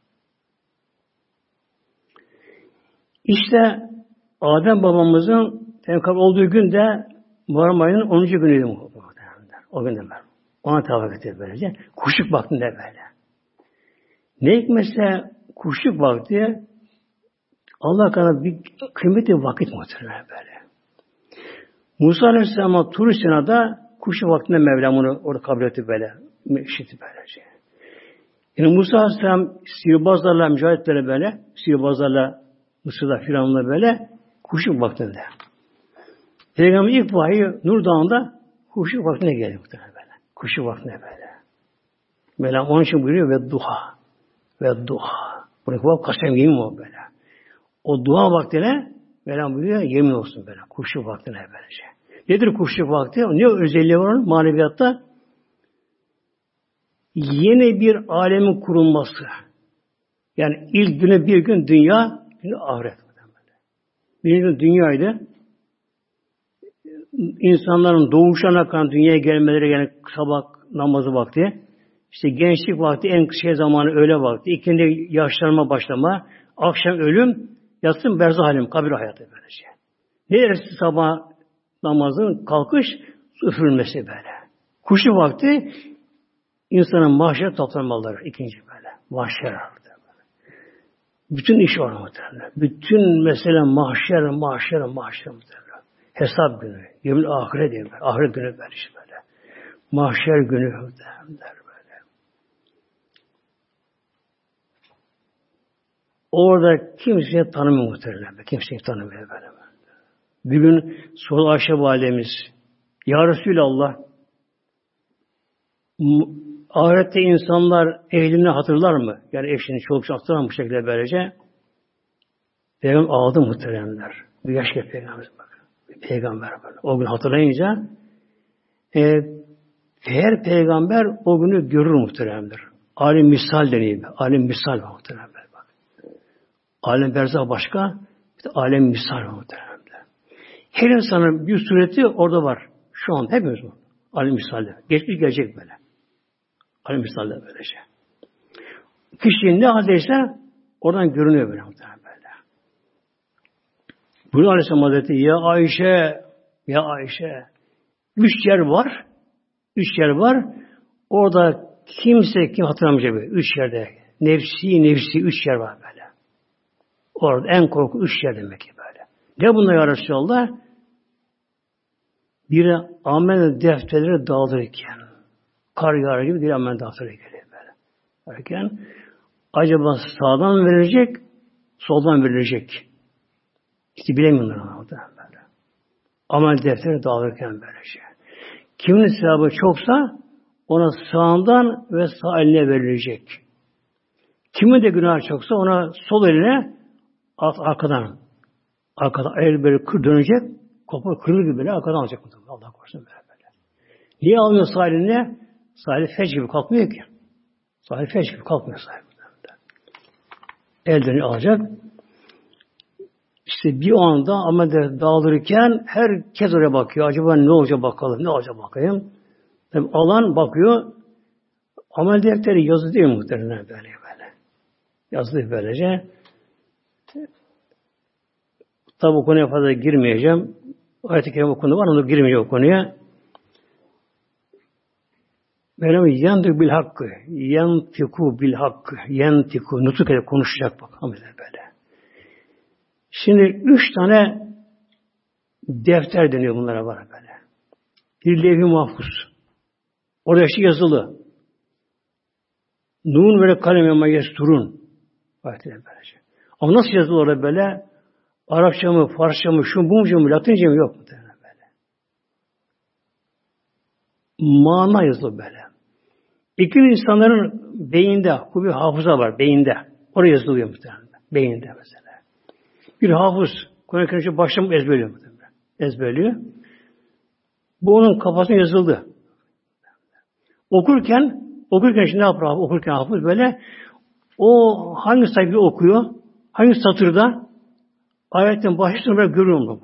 İşte Adem babamızın tenkab olduğu gün de Muharrem ayının onuncu günüydü muhtemelen. O gün de ben. Ona tavaf etti böylece. Kuşluk vaktinde böyle. Ne hikmetse kuşluk vakti Allah kadar bir kıymetli vakit muhtemelen böyle. Musa Aleyhisselam'a Tur Sina'da kuşluk vaktinde Mevlam onu orada kabul etti böyle. Meşitti böylece. Yani Musa Aleyhisselam sihirbazlarla, mücahitlerle böyle, sihirbazlarla, Mısır'da, Firavun'la böyle kuşluk vaktinde. Peygamber ilk vahiy Nur Dağı'nda kuşluk vaktine geldi muhtemelen böyle. Kuşluk vaktine böyle. Mevlam onun için buyuruyor ve duha. Ve duha. Buradaki vakit kasem yemin o böyle. O duha vaktine Mevlam buyuruyor yemin olsun böyle. Kuşluk vaktine böylece. Nedir kuşluk vakti? Ne özelliği var onun maneviyatta? Yeni bir alemin kurulması. Yani ilk günü bir gün dünya, günü ahiret. Bir gün dünyaydı. İnsanların doğuşana kadar dünyaya gelmeleri yani sabah namazı vakti. İşte gençlik vakti en kısa zamanı öğle vakti. İkindi yaşlanma başlama. Akşam ölüm. Yatsın berzah halim. Kabir hayatı böylece. Neresi sabah namazın kalkış üfürülmesi böyle. Kuşu vakti insanın mahşer toplanmaları ikinci böyle. Mahşer böyle. Bütün iş var muhtemelen. Bütün mesele mahşer, mahşer, mahşer muhtemelen. Hesap günü. Yemin ahiret diye. Ahiret günü böyle işte böyle. Mahşer günü der böyle. Orada kimseyi tanımıyor muhtemelen. Kimseyi tanımıyor böyle. Bir gün sonra Ayşe validemiz Ya Resulallah ahirette insanlar ehlini hatırlar mı? Yani eşini, çoluk çocuk hatırlar mı bu şekilde böylece? Peygamber ağladı muhteremler. Bir yaşlı peygamber bak. Peygamber böyle. O gün hatırlayınca e, her peygamber o günü görür muhteremler. Alim misal deniyor. Alim misal muhteremler bak. Alem berzah başka, bir de alem misal muhteremler. Her insanın bir sureti orada var. Şu an hepimiz bu. Alim misalde. Geçmiş gelecek böyle. Alim misalde böylece. Kişinin ne haldeyse oradan görünüyor böyle muhtemelen böyle. Buyuruyor Aleyhisselam Hazretleri ya Ayşe ya Ayşe üç yer var. Üç yer var. Orada kimse kim hatırlamayacak böyle. Üç yerde. Nefsi nefsi üç yer var böyle. Orada en korku üç yer demek ki böyle. Ne bunlar ya Resulallah? Biri amel defterleri dağılırken kar yağar gibi bir amel defterleri geliyor böyle. Derken acaba sağdan mı verilecek, soldan mı verilecek? İşte bilemiyorlar orada böyle. Amel defteri dağılırken böylece. Kimin sevabı çoksa ona sağından ve sağ eline verilecek. Kimin de günah çoksa ona sol eline arkadan arkadan el böyle kır dönecek, kopar kırılır gibi böyle arkadan alacak. Allah korusun böyle böyle. Niye almıyor sağ eline? Sağ eli feç gibi kalkmıyor ki. Sağ eli feç gibi kalkmıyor sağ eline. Elden alacak. İşte bir anda amel dağılırken herkes oraya bakıyor. Acaba ne olacak bakalım, ne olacak bakayım. Tabii alan bakıyor. Amel defteri yazı değil muhtemelen böyle böyle. Yazılı böylece. Tabi bu konuya fazla girmeyeceğim. Ayet-i Kerime konu var, onu girmeyeceğim o konuya. Benim yandık bil hakkı, yantiku bil hakkı, yantiku, nutuk edip konuşacak bak. Böyle. Şimdi üç tane defter deniyor bunlara var böyle. Bir levh-i mahfuz. Orada şey yazılı. Nun ve kalem ama yesturun. Böylece. Ama nasıl yazılı orada böyle? Arapça mı, Farsça mı, şu bu mu, Latince mi yok mu? Böyle. Mana yazılı böyle. İki insanların beyinde, bu bir hafıza var, beyinde. Oraya yazılıyor muhtemelen. Beyinde mesela. Bir hafız, Kur'an-ı Kerim'e başlamış ezberliyor muhtemelen. Ezberliyor. Bu onun kafasına yazıldı. Okurken, okurken şimdi ne yapıyor? Okurken hafız böyle, o hangi sayfayı okuyor, hangi satırda, ayetten başlıyor, böyle görüyorum bunu.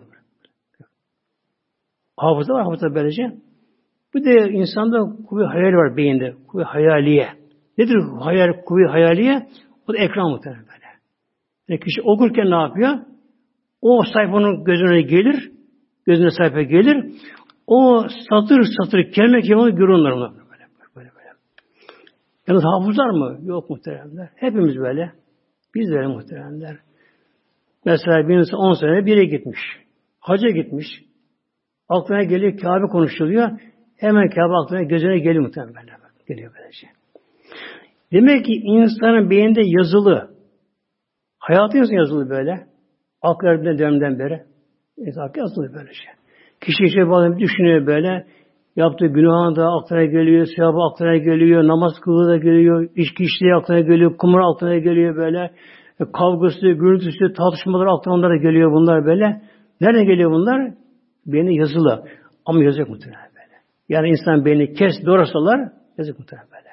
Hafıza var, hafıza böylece. Bir de insanda kuvve hayal var beyinde, kuvve hayaliye. Nedir hayal, kuvve hayaliye? O da ekran muhtemelen böyle. Yani kişi okurken ne yapıyor? O sayfanın gözüne gelir, gözüne sayfa gelir, o satır satır kelime kelime görür onları böyle, böyle böyle. Yalnız hafızlar mı? Yok muhteremler. Hepimiz böyle. Biz de öyle muhteremler. Mesela bir insan on sene bir yere gitmiş. Hacca gitmiş. Aklına geliyor, Kabe konuşuluyor. Hemen Kabe aklına gözüne geliyor muhtemelen. Geliyor böylece. Demek ki insanın beyninde yazılı. Hayatı yazılı böyle. Aklarından dönemden beri. İnsan yazılı böylece. Kişi işte bazen düşünüyor böyle. Yaptığı günahı da aklına geliyor, sevabı aklına geliyor, namaz kılığı da geliyor, içki içtiği aklına geliyor, kumar aklına geliyor böyle. Kavgası, gürültüsü, tartışmaları aklına onlara geliyor bunlar böyle. Nerede geliyor bunlar? Beyni yazılı. Ama yazık muhtemelen böyle. Yani insan beyni kes doğrasalar yazık muhtemelen böyle.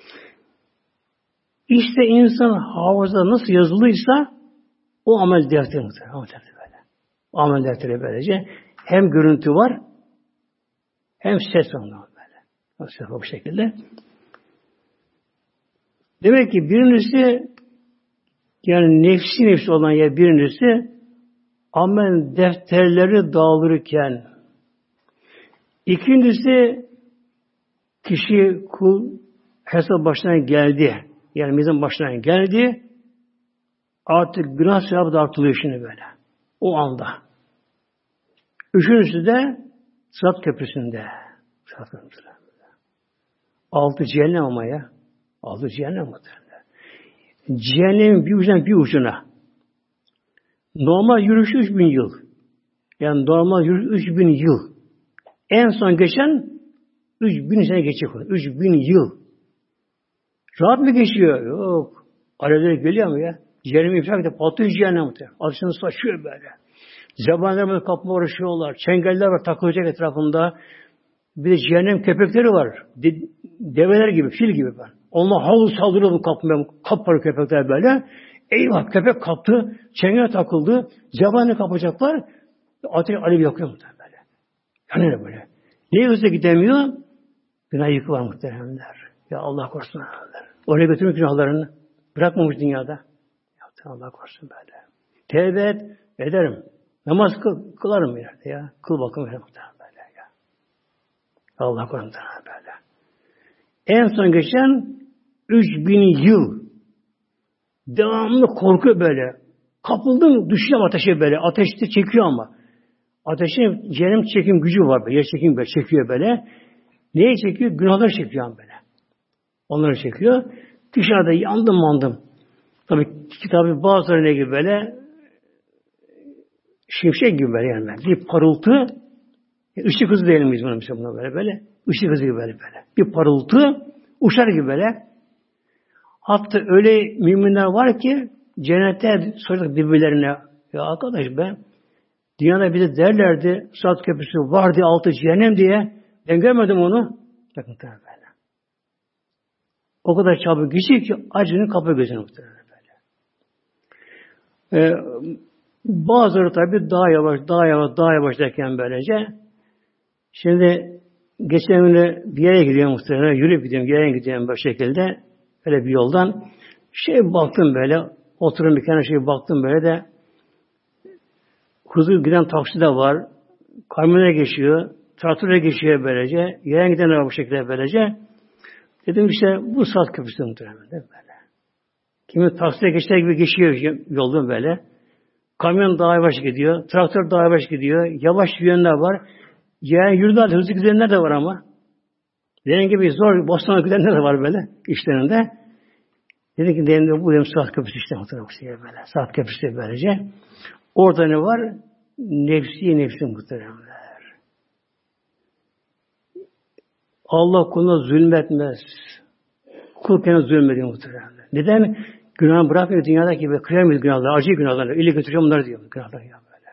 İşte insan hafızada nasıl yazılıysa o amel defteri muhtemelen. Amel defteri böyle. O amel defteri böylece hem görüntü var hem ses var böyle. Nasıl bu şekilde. Demek ki birincisi yani nefsi nefsi olan yer birincisi amel defterleri dağılırken, ikincisi kişi kul hesap başına geldi. Yani mizan başına geldi. Artık günah sevabı da artılıyor şimdi böyle. O anda. Üçüncüsü de Sırat Köprüsü'nde. Sırat Köprüsü'nde. Altı cehennem ama ya. Altı cehennem muhtemelen. Cehennemin bir ucundan bir ucuna. Normal yürüyüşü üç bin yıl. Yani normal yürüyüş üç bin yıl. En son geçen üç bin sene geçecek. Üç bin yıl. Rahat mı geçiyor? Yok. Alevler geliyor mu ya? Cehennem ifrak edip patlıyor cehennem muhtemelen. Ateşini saçıyor böyle. Zebanlar böyle kapma uğraşıyorlar. Çengeller var takılacak etrafında. Bir de cehennem köpekleri var. De, develer gibi, fil gibi ben. Onlar havlu saldırıyor kapmaya. Kapları köpekler böyle. Eyvah köpek kaptı. Çengel takıldı. Zebanı kapacaklar. Ateş alev yakıyor muhtemelen böyle. Yani böyle. Niye hızlı gidemiyor? Günah yıkı var muhtemelenler. Ya Allah korusun. Oraya götürmek günahlarını. Bırakmamış dünyada. Ya Allah korusun böyle. Tevbe et, ederim. Namaz kıl, kılarım yerde ya. Kıl bakım böyle böyle ya. Allah korusun böyle. En son geçen üç bin yıl devamlı korku böyle. Kapıldım, düşüyor ateşe böyle. Ateşte çekiyor ama. Ateşin cehennem çekim gücü var böyle. Yer çekim böyle çekiyor böyle. Neye çekiyor? Günahları çekiyor böyle. Onları çekiyor. Dışarıda yandım mandım. Tabii kitabı bazıları ne gibi böyle şimşek gibi böyle yani. Bir parıltı, ışık hızı diyelim biz buna mesela buna böyle böyle. Işık hızı gibi böyle böyle. Bir parıltı, uçar gibi böyle. Hatta öyle müminler var ki cennette soracak birbirlerine ya arkadaş be dünyada bize derlerdi Sırat Köprüsü var diye altı cehennem diye ben görmedim onu. Bakın böyle. O kadar çabuk geçiyor ki acının kapı gözüne muhtemelen böyle. Ee, bazıları tabi daha yavaş, daha yavaş, daha yavaş derken böylece. Şimdi geçen gün bir yere gidiyorum muhtemelen, yürüyüp gidiyorum, bir yere gidiyorum böyle şekilde. Öyle bir yoldan. Şey baktım böyle, oturum bir kenara şey baktım böyle de hızlı giden taksi de var, kamyona geçiyor, traktöre geçiyor böylece, yere giden var bu şekilde böylece. Dedim işte bu Sırat Köprüsü muhtemelen böyle. Kimi taksiye geçer gibi geçiyor yoldan böyle. Kamyon daha yavaş gidiyor, traktör daha yavaş gidiyor, yavaş yönler var. Yani yürüdüler, hızlı gidenler de var ama. Dediğim gibi zor, Boston'a gidenler de var böyle işlerinde. Dedim ki dedim, bu dedim Sırat Köprüsü işte muhtemelen böyle. Sırat Köprüsü böylece. Orada ne var? Nefsi nefsi muhtemelen. Allah kuluna zulmetmez. Kul kendine zulmediyor muhtemelen. Neden? Günahını bırakmıyor dünyadaki gibi. Kıyamayız günahları, acı günahları. İlle götüreceğim bunları diyor. Günahlar ya böyle.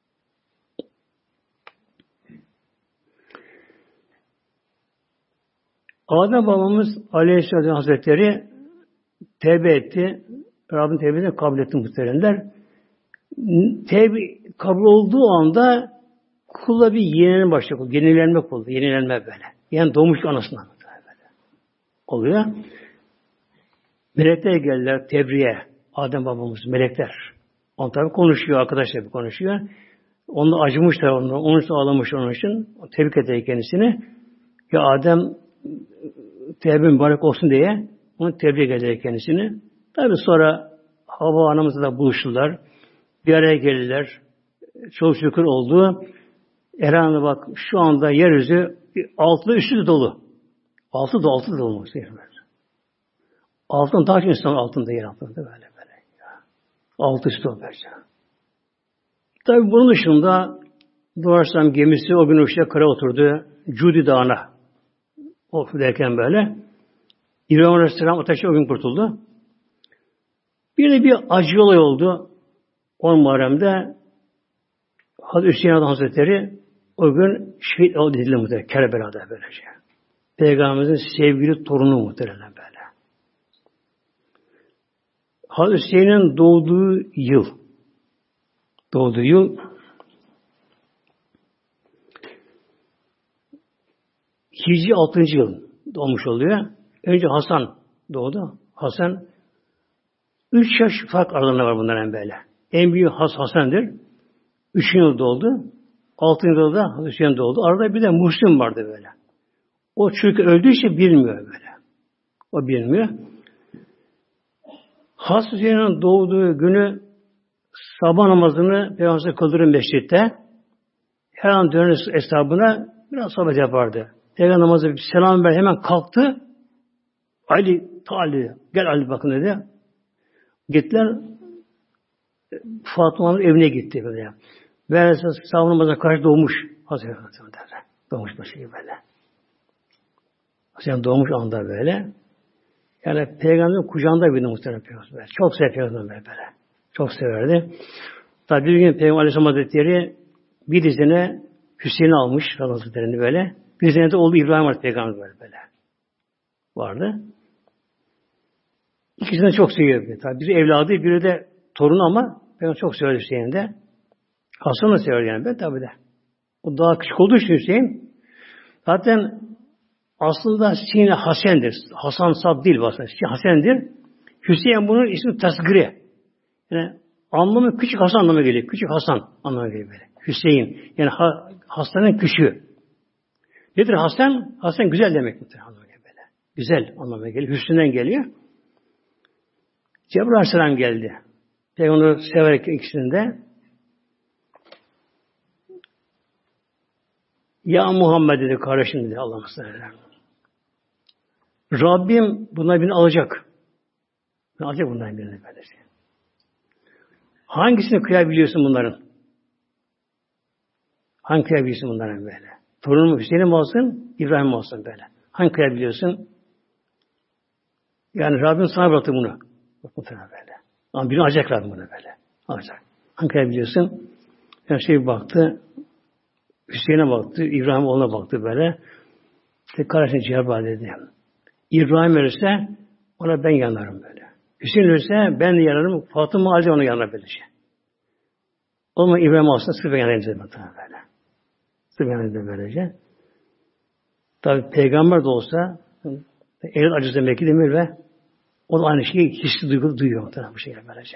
Adem babamız Aleyhisselam Hazretleri tevbe etti. Rabbim tevbesini kabul etti muhtemelenler. Tevbe kabul olduğu anda kula bir yenilenme başlıyor. Yenilenmek oldu. Yenilenme böyle. Yani doğmuş anasından böyle oluyor. Melekler geldiler tebriğe. Adem babamız melekler. On tabi konuşuyor, arkadaşlar konuşuyor. Onunla acımışlar onu. Onun için ağlamış onun için. Tebrik eder kendisini. Ya Adem tevbe mübarek olsun diye onu tebrik eder kendisini. Tabi sonra Havva anamızla da buluştular. Bir araya geldiler. Çok şükür oldu. Erhan'a bak şu anda yeryüzü altı üstü dolu. Altı da altı dolu. Altın daha çok insan altında yer altında böyle böyle. Altı üstü o böylece. Tabi bunun dışında Doğarsam gemisi o gün işte kara oturdu. Cudi Dağı'na. O derken böyle. İbrahim Aleyhisselam ateşe o gün kurtuldu. Bir de bir acı olay oldu. on Muharrem'de Hazreti Hüseyin Hazretleri o gün şehit oldu edildi muhtemelen. Kerbela'da böylece. Peygamberimizin sevgili torunu muhtemelen böyle. Hazreti Hüseyin'in doğduğu yıl doğduğu yıl Hicri altıncı yıl doğmuş oluyor. Önce Hasan doğdu. Hasan üç yaş fark aralarında var bunların böyle. En büyük Has Hasan'dır. Üçüncü yıl doğdu. Altıncı yılda Hazreti Hüseyin doğdu. Arada bir de Müslim vardı böyle. O çünkü öldüğü için bilmiyor böyle. O bilmiyor. Hazreti Hüseyin'in doğduğu günü sabah namazını Peygamber kıldırır mescitte. her an dönüş hesabına biraz sohbet yapardı. Peygamber namazı bir selam ver, hemen kalktı. Ali, Ali, gel Ali bakın dedi. Gittiler, Fatıma'nın evine gitti böyle. Ve sabah namazına karşı doğmuş. Hazreti Fatıma derler. Doğmuş başı gibi böyle. Hazreti doğmuş anda böyle. Yani Peygamberin kucağında bir muhtemelen Peygamber. Çok sever Peygamber böyle. Çok severdi. Tabi bir gün Peygamber Aleyhisselam Hazretleri bir dizine Hüseyin'i almış Hazretleri'ni böyle. Bir dizine de oğlu İbrahim var Peygamber böyle, böyle. Vardı. İkisini de çok seviyor. Tabi biri evladı, biri de torunu ama Peygamber çok sever Hüseyin'i de. Hasan da sever yani ben tabi de. O daha küçük olduğu için Hüseyin. Zaten aslında Sine Hasen'dir. Hasan Sad değil aslında. Hasen'dir. Hüseyin bunun ismi tasgiri. Yani anlamı küçük Hasan anlamına geliyor. Küçük Hasan anlamına geliyor böyle. Hüseyin. Yani ha, Hasan'ın küçüğü. Nedir Hasan? Hasan güzel demek muhtemelen böyle. Güzel anlamına geliyor. Hüsnü'nden geliyor. Cebrail Aleyhisselam geldi. Peygamber'i severek ikisini de. Ya Muhammed dedi kardeşim dedi Allah'ım sallallahu. Rabbim bundan birini alacak. Alacak bundan birini kardeşim. Hangisini kıyabiliyorsun bunların? Hangi kıyabiliyorsun bunların böyle? Torunum Hüseyin'im mi olsun, İbrahim mi olsun böyle? Hangi kıyabiliyorsun? Yani Rabbim sana bıraktı bunu. Bak muhtemelen böyle. Ama birini alacak Rabbim bunu böyle. Alacak. Hangi kıyabiliyorsun? Yani şey baktı, Hüseyin'e baktı, İbrahim oğluna baktı böyle. İşte kardeşine Cebrail dedi. İbrahim ölürse ona ben yanarım böyle. Hüseyin ölürse ben de yanarım. Fatıma Ali ona yanar böylece. O zaman İbrahim aslında sırf ben yanarım dedi böyle. Sırf yanarım dedi böylece. Tabi peygamber de olsa el acısı demek ki demir ve o da aynı şeyi hissi duygu duyuyor muhtemelen bu şekilde böylece.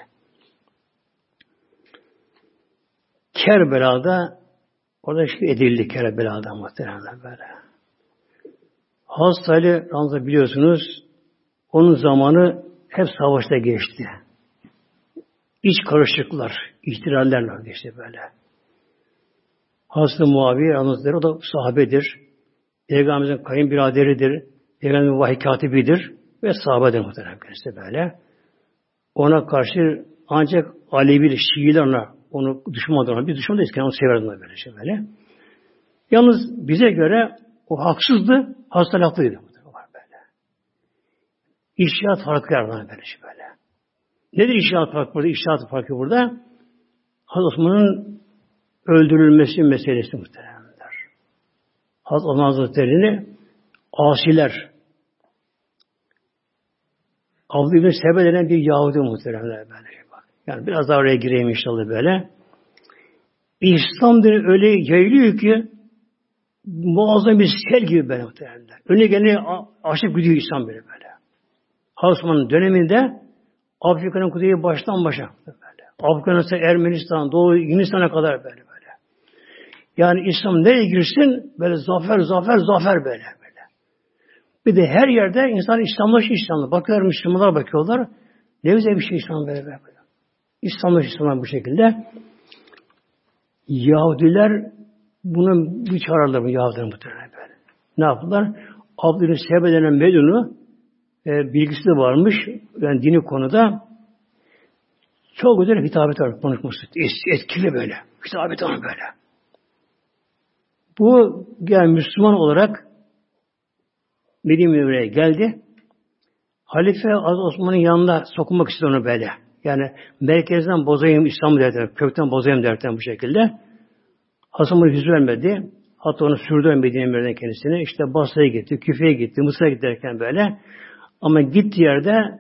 Kerbela'da orada şey edildi Kerbela'da muhtemelen böyle. Hazreti Ali Ramza biliyorsunuz onun zamanı hep savaşta geçti. İç karışıklıklar, ihtilallerle geçti böyle. Hazreti Muaviye Hazretleri o da sahabedir. Peygamberimizin kayınbiraderidir. Peygamberimizin vahiy katibidir ve sahabedir muhtemelen kendisi böyle. Ona karşı ancak Alevi, Şiiler ona onu düşman ona bir düşman değiliz ki onu severdi ona böyle şey böyle. Yalnız bize göre o haksızdı, Hazreti haklıydı. Böyle. İştihat farkı var böyle şey böyle. Nedir iştihat farkı burada? İştihat farkı burada. Hazreti Osman'ın öldürülmesi meselesi muhtemelendir. Hazreti Osman Hazretleri'ni asiler Abdü İbni Sebe denen bir Yahudi muhteremler böyle. Yani biraz daha oraya gireyim inşallah böyle. İslam dini öyle yayılıyor ki muazzam bir sel gibi böyle muhteremler. Önüne geleni aşıp gidiyor İslam böyle böyle. Osman'ın döneminde Afrika'nın kuzeyi baştan başa böyle. Afganistan, Ermenistan, Doğu, Hindistan'a kadar böyle böyle. Yani İslam nereye girsin böyle zafer, zafer, zafer böyle böyle. Bir de her yerde insan İslamlaş İslamlı. Bakıyorlar Müslümanlar bakıyorlar. Ne güzel bir şey İslam böyle böyle. İslamlaş İslamlar bu şekilde. Yahudiler bunun bir çağırırlar bu Yahudiler muhtemelen böyle. Ne yaptılar? Abdülhamid Sebe denen Medun'u e, bilgisi de varmış. Yani dini konuda çok güzel hitabet var konuşması. Etkili böyle. Hitabet var böyle. Bu yani Müslüman olarak Medine Münevvere'ye geldi. Halife Hazreti Osman'ın yanına sokulmak istedi onu böyle. Yani merkezden bozayım İslam'ı derken, kökten bozayım derken bu şekilde. Hasan bunu yüz vermedi. Hatta onu sürdü Medine Münevvere'den kendisine. İşte Basra'ya gitti, Küfe'ye gitti, Mısır'a gitti derken böyle. Ama gittiği yerde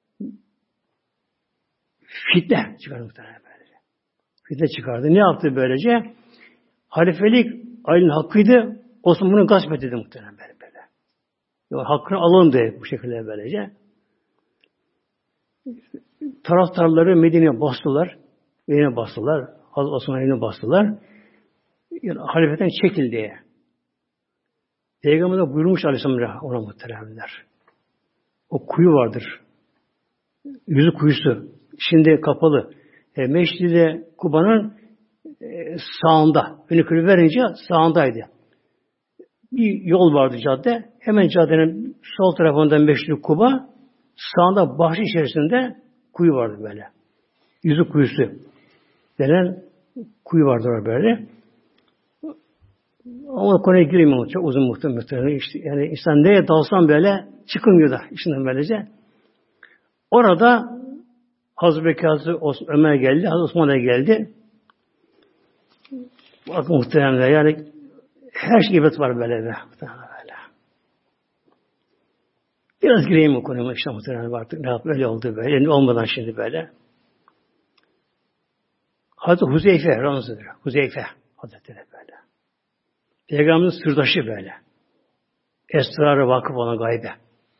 fitne çıkardı muhtemelen böylece. Fitne çıkardı. Ne yaptı böylece? Halifelik Ali'nin hakkıydı. Osman bunu gasp etti muhtemelen böyle. böyle. Yani hakkını alın diye bu şekilde böylece. Taraftarları Medine'ye bastılar. Medine'ye bastılar. Hazreti Osman'ın evine bastılar. Yani halifeden çekil diye. Peygamber de buyurmuş Aleyhisselam ona muhteremler. O kuyu vardır. Yüzü kuyusu. Şimdi kapalı. E, Meşride Kuba'nın e, sağında. Önü verince sağındaydı. Bir yol vardı cadde. Hemen caddenin sol tarafından Meşri Kuba, sağında bahçe içerisinde kuyu vardı böyle. Yüzük kuyusu denen kuyu vardı orada böyle. Ama konuya girmiyorum. Çok uzun muhtemelen. İşte, yani insan neye dalsan böyle çıkmıyor da işinden böylece. Orada Hazreti Bekir, Hazreti Ömer geldi, Hazreti Osman da geldi. Bak muhtemelen yani her şey ibret var böyle de. Böyle. Biraz gireyim bu konuya işte muhtemelen artık ne yapayım öyle oldu böyle. Yani olmadan şimdi böyle. Hazreti Huzeyfe Ramazı'dır. Huzeyfe Hazretleri böyle. Peygamberimizin sırdaşı böyle. Esrarı vakıf olan gaybe.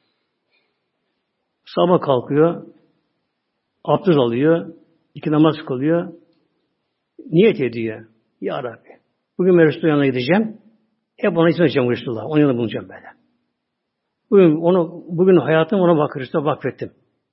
Sabah kalkıyor, abdest alıyor, iki namaz kılıyor, niyet ediyor. Ya Rabbi, bugün ben Resulullah'a gideceğim, hep ona hizmet edeceğim Resulullah, onun yanında bulunacağım böyle. Bugün onu, bugün hayatım ona bak, Resulullah'a vakfettim.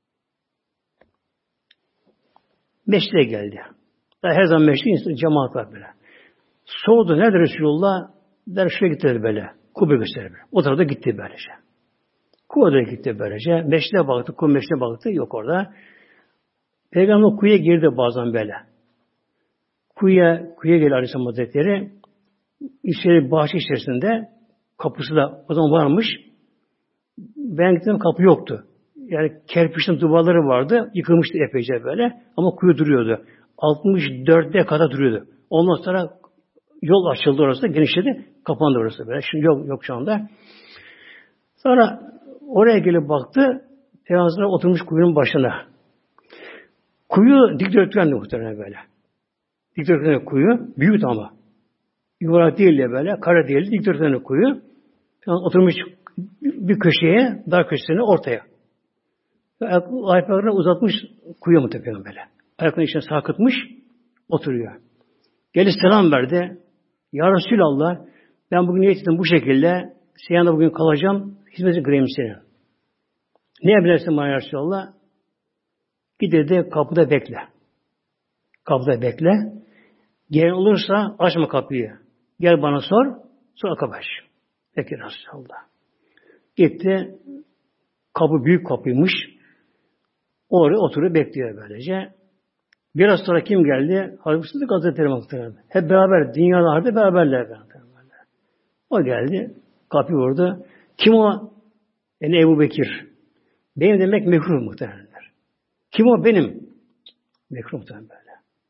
Meşride geldi. Daha her zaman meşride cemaat var böyle. Sordu, nerede Resulullah? Der şuraya gitti böyle. Kubbe gösterdi böyle. O tarafa gitti böylece. Kubbe'de gitti böylece. Meşride baktı, Kubbe meşride baktı, yok orada. Peygamber kuyuya girdi bazen böyle. Kuyuya, kuyuya geliyor Aleyhisselam Hazretleri. İçeri bahçe içerisinde kapısı da o zaman varmış. Ben gittim kapı yoktu. Yani kerpiçten duvarları vardı. Yıkılmıştı epeyce böyle. Ama kuyu duruyordu. altmış dörde kadar duruyordu. Ondan sonra yol açıldı orası, genişledi. Kapandı orası böyle. Şimdi yok, yok şu anda. Sonra oraya gelip baktı. Peygamber oturmuş kuyunun başına. Kuyu dikdörtgendi muhtemelen böyle. Dikdörtgen kuyu. Büyük ama. Yuvarlak değil de böyle. Kare değil de dikdörtgen kuyu. Oturmuş bir köşeye, dar köşesine ortaya. Ayaklarını uzatmış kuyu muhtemelen böyle. Ayaklarını içine sarkıtmış oturuyor. Gelip selam verdi. Ya Resulallah, ben bugün niyet ettim bu şekilde. Senin yanında bugün kalacağım. Hizmeti göreyim senin. Ne yapabilirsin bana ya Resulallah? Git dedi kapıda bekle. Kapıda bekle. Gelen olursa açma kapıyı. Gel bana sor. Sonra kapı aç. Peki Resulallah. Gitti. Kapı büyük kapıymış. Oraya oturup bekliyor böylece. Biraz sonra kim geldi? Hazreti Sıddık Hazretleri muhtemelen. Hep beraber, dünyalarda beraberler. O geldi. Kapıyı vurdu. Kim o? Yani Ebu Bekir. Benim demek mekruh muhtemelenler. Kim o? Benim. Mekruh muhtemelen böyle.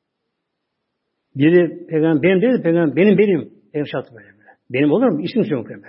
Biri peygamber, benim dedi, peygamber, benim benim. Benim şartı böyle. böyle. Benim olur mu? İsim yok böyle.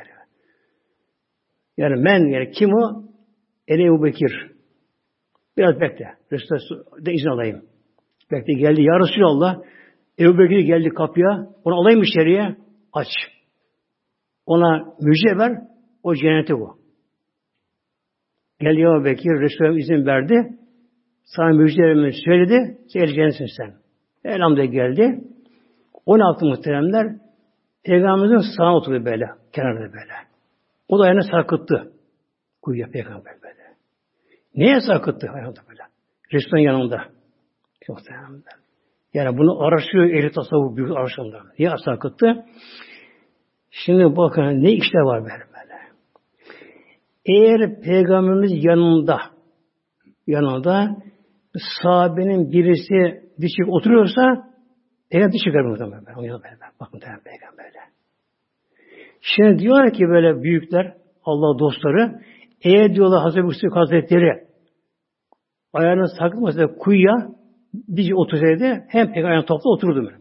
Yani ben, yani kim o? Yani Ebu Bekir. Biraz bekle. Resulullah izin alayım. Bekle geldi. Ya Resulallah, Ebu Bekir geldi kapıya. Onu alayım içeriye. Aç. Ona müjde ver. O cennete bu. Geldi ya Ebu Bekir. Resulullah izin verdi. Sana müjdelerimi söyledi. Sen cennetsin sen. Elhamdülillah geldi. on altı muhteremler Peygamberimizin sağına oturdu böyle. Kenarda böyle. O da ayağını sarkıttı. Kuyuya Peygamber böyle. Neye sarkıttı? Ayağında böyle. Resulullah'ın yanında. Muhteremler. Yani bunu araştırıyor ehli tasavvuf büyük araştırmalar. Niye sarkıttı? Şimdi bakın ne işler var böyle böyle. Eğer Peygamberimiz yanında yanında sahabenin birisi dişi oturuyorsa Peygamber dişi çıkar muhtemelen. Onun yanında böyle. Bakın Peygamberle. Şimdi diyorlar ki böyle büyükler, Allah dostları, eğer diyorlar Hazreti Mustafa Hazretleri ayağını saklamasa kuyuya bir otursaydı hem Peygamber ayağını topla otururdu böyle.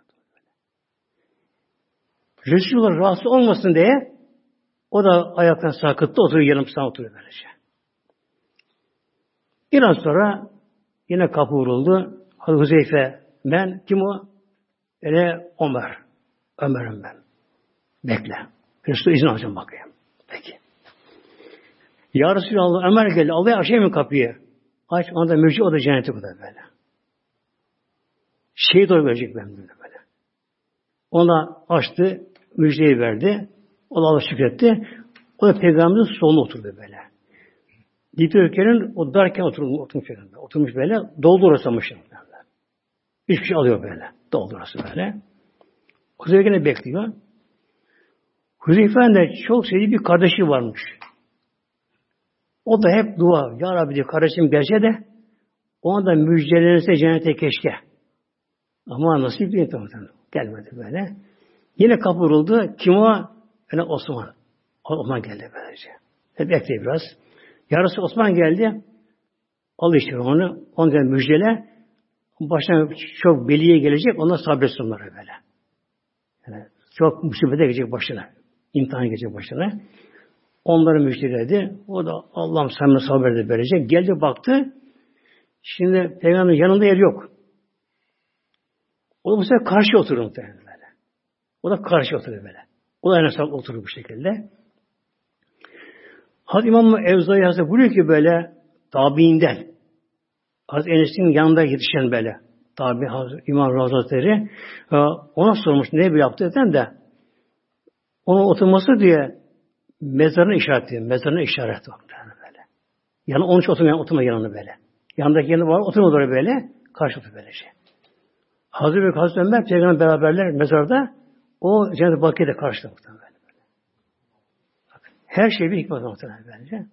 Resulullah rahatsız olmasın diye o da ayaktan sarkıttı, oturuyor yanım sana oturuyor böylece. Biraz sonra yine kapı vuruldu. Hazreti Huzeyfe, ben kim o? Öyle Ömer. Ömer'im ben. Bekle. Resulullah izin alacağım bakayım. Peki. Ya Resulallah Ömer geldi. Allah'a açayım mı kapıyı? Aç. Ona da müjde, o da cennete kadar böyle. Şehit olarak verecek ben böyle böyle. Ona açtı. Müjdeyi verdi. O da Allah şükretti. O da Peygamberimizin soluna oturdu böyle. Dikdörtgenin o darken oturmuş, oturmuş, oturmuş böyle. Doldu orası. Üç kişi alıyor böyle. Doldurası böyle. Huzeyfe gene bekliyor. Huzeyfe'nin de çok sevdiği bir kardeşi varmış. O da hep dua. Ya Rabbi diyor, kardeşim gelse de ona da müjdelenirse cennete keşke. Ama nasip değil tabii. Gelmedi böyle. Yine kapı vuruldu. Kim o? Yani Osman. Osman geldi böylece. Hep bekle biraz. Yarısı Osman geldi. Al işte onu. Onu da müjdele. Başına çok beliye gelecek. Ona sabretsin onlara böyle. Yani çok musibete gelecek başına. İmtihan gelecek başına. Onları müjdeledi. O da Allah'ım sen sabredin böylece. Geldi baktı. Şimdi Peygamber'in yanında yer yok. O da bu sefer karşı oturur muhtemelen böyle. O da karşı oturuyor böyle. O da aynı oturur bu şekilde. Hazreti İmam Evzai Hazretleri buyuruyor ki böyle tabiinden Hazreti Enes'in yanında yetişen böyle tabi Hazreti İmam Hazretleri ona sormuş ne bir yaptı eden de onun oturması diye mezarına işaret ediyor. Mezarına işaret ediyor. Böyle. Yani onun için oturmayan oturma yanına böyle. Yanındaki yanı var oturmadı oraya böyle. Karşı oturuyor böylece. Hazreti Bekir Hazreti Ömer Peygamber beraberler mezarda o Cennet-i Baki'de karşıda muhtemelen. Her şey bir hikmet muhtemelen bence.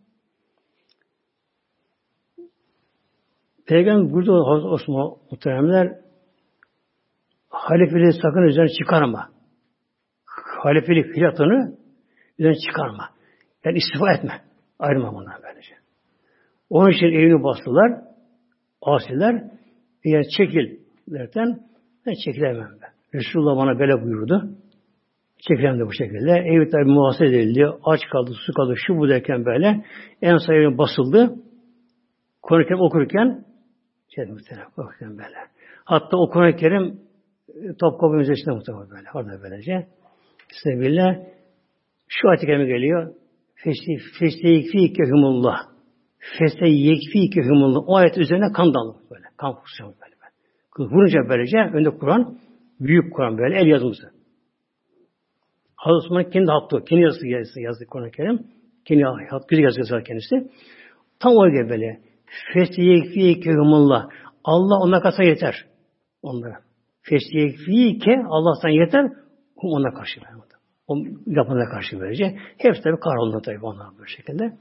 Peygamber burada Hazreti Osman muhtemelenler halifeliği sakın üzerine çıkarma. Halifelik filatını üzerine çıkarma. Yani istifa etme. Ayrılma bundan böylece. Onun için evini bastılar. Asiler eğer çekil derken ben çekilemem ben. Resulullah bana böyle buyurdu. Çekilemem de bu şekilde. Evi tabi muhasebe edildi. Aç kaldı, su kaldı, şu bu derken böyle en sayı basıldı. Kur'an-ı okurken şey muhtemelen okurken böyle. Hatta o Kur'an-ı Kerim Topkapı Müzesi'nde muhtemelen böyle. Orada böylece. Bismillah. Şu ayet-i kerime geliyor. Festeyekfikehumullah. Festeyekfikehumullah. O ayet üzerine kan damlıyor böyle. Kan kusacağım böyle. Vurunca böylece önde Kur'an, büyük Kur'an böyle el yazımızı. Hazreti Osman kendi hattı, kendi yazısı yazdı, yazdı Kur'an-ı Kerim. Kendi hattı, güzel yazıyor kendisi. Tam o gibi böyle. Festeyekfikehumullah. Allah ona karşı yeter. Onlara. Festeyekfike Allah'tan yeter. Ona karşı böyle. O yapana karşı böylece. Hepsi tabi kahroldu tabi onlar böyle şekilde.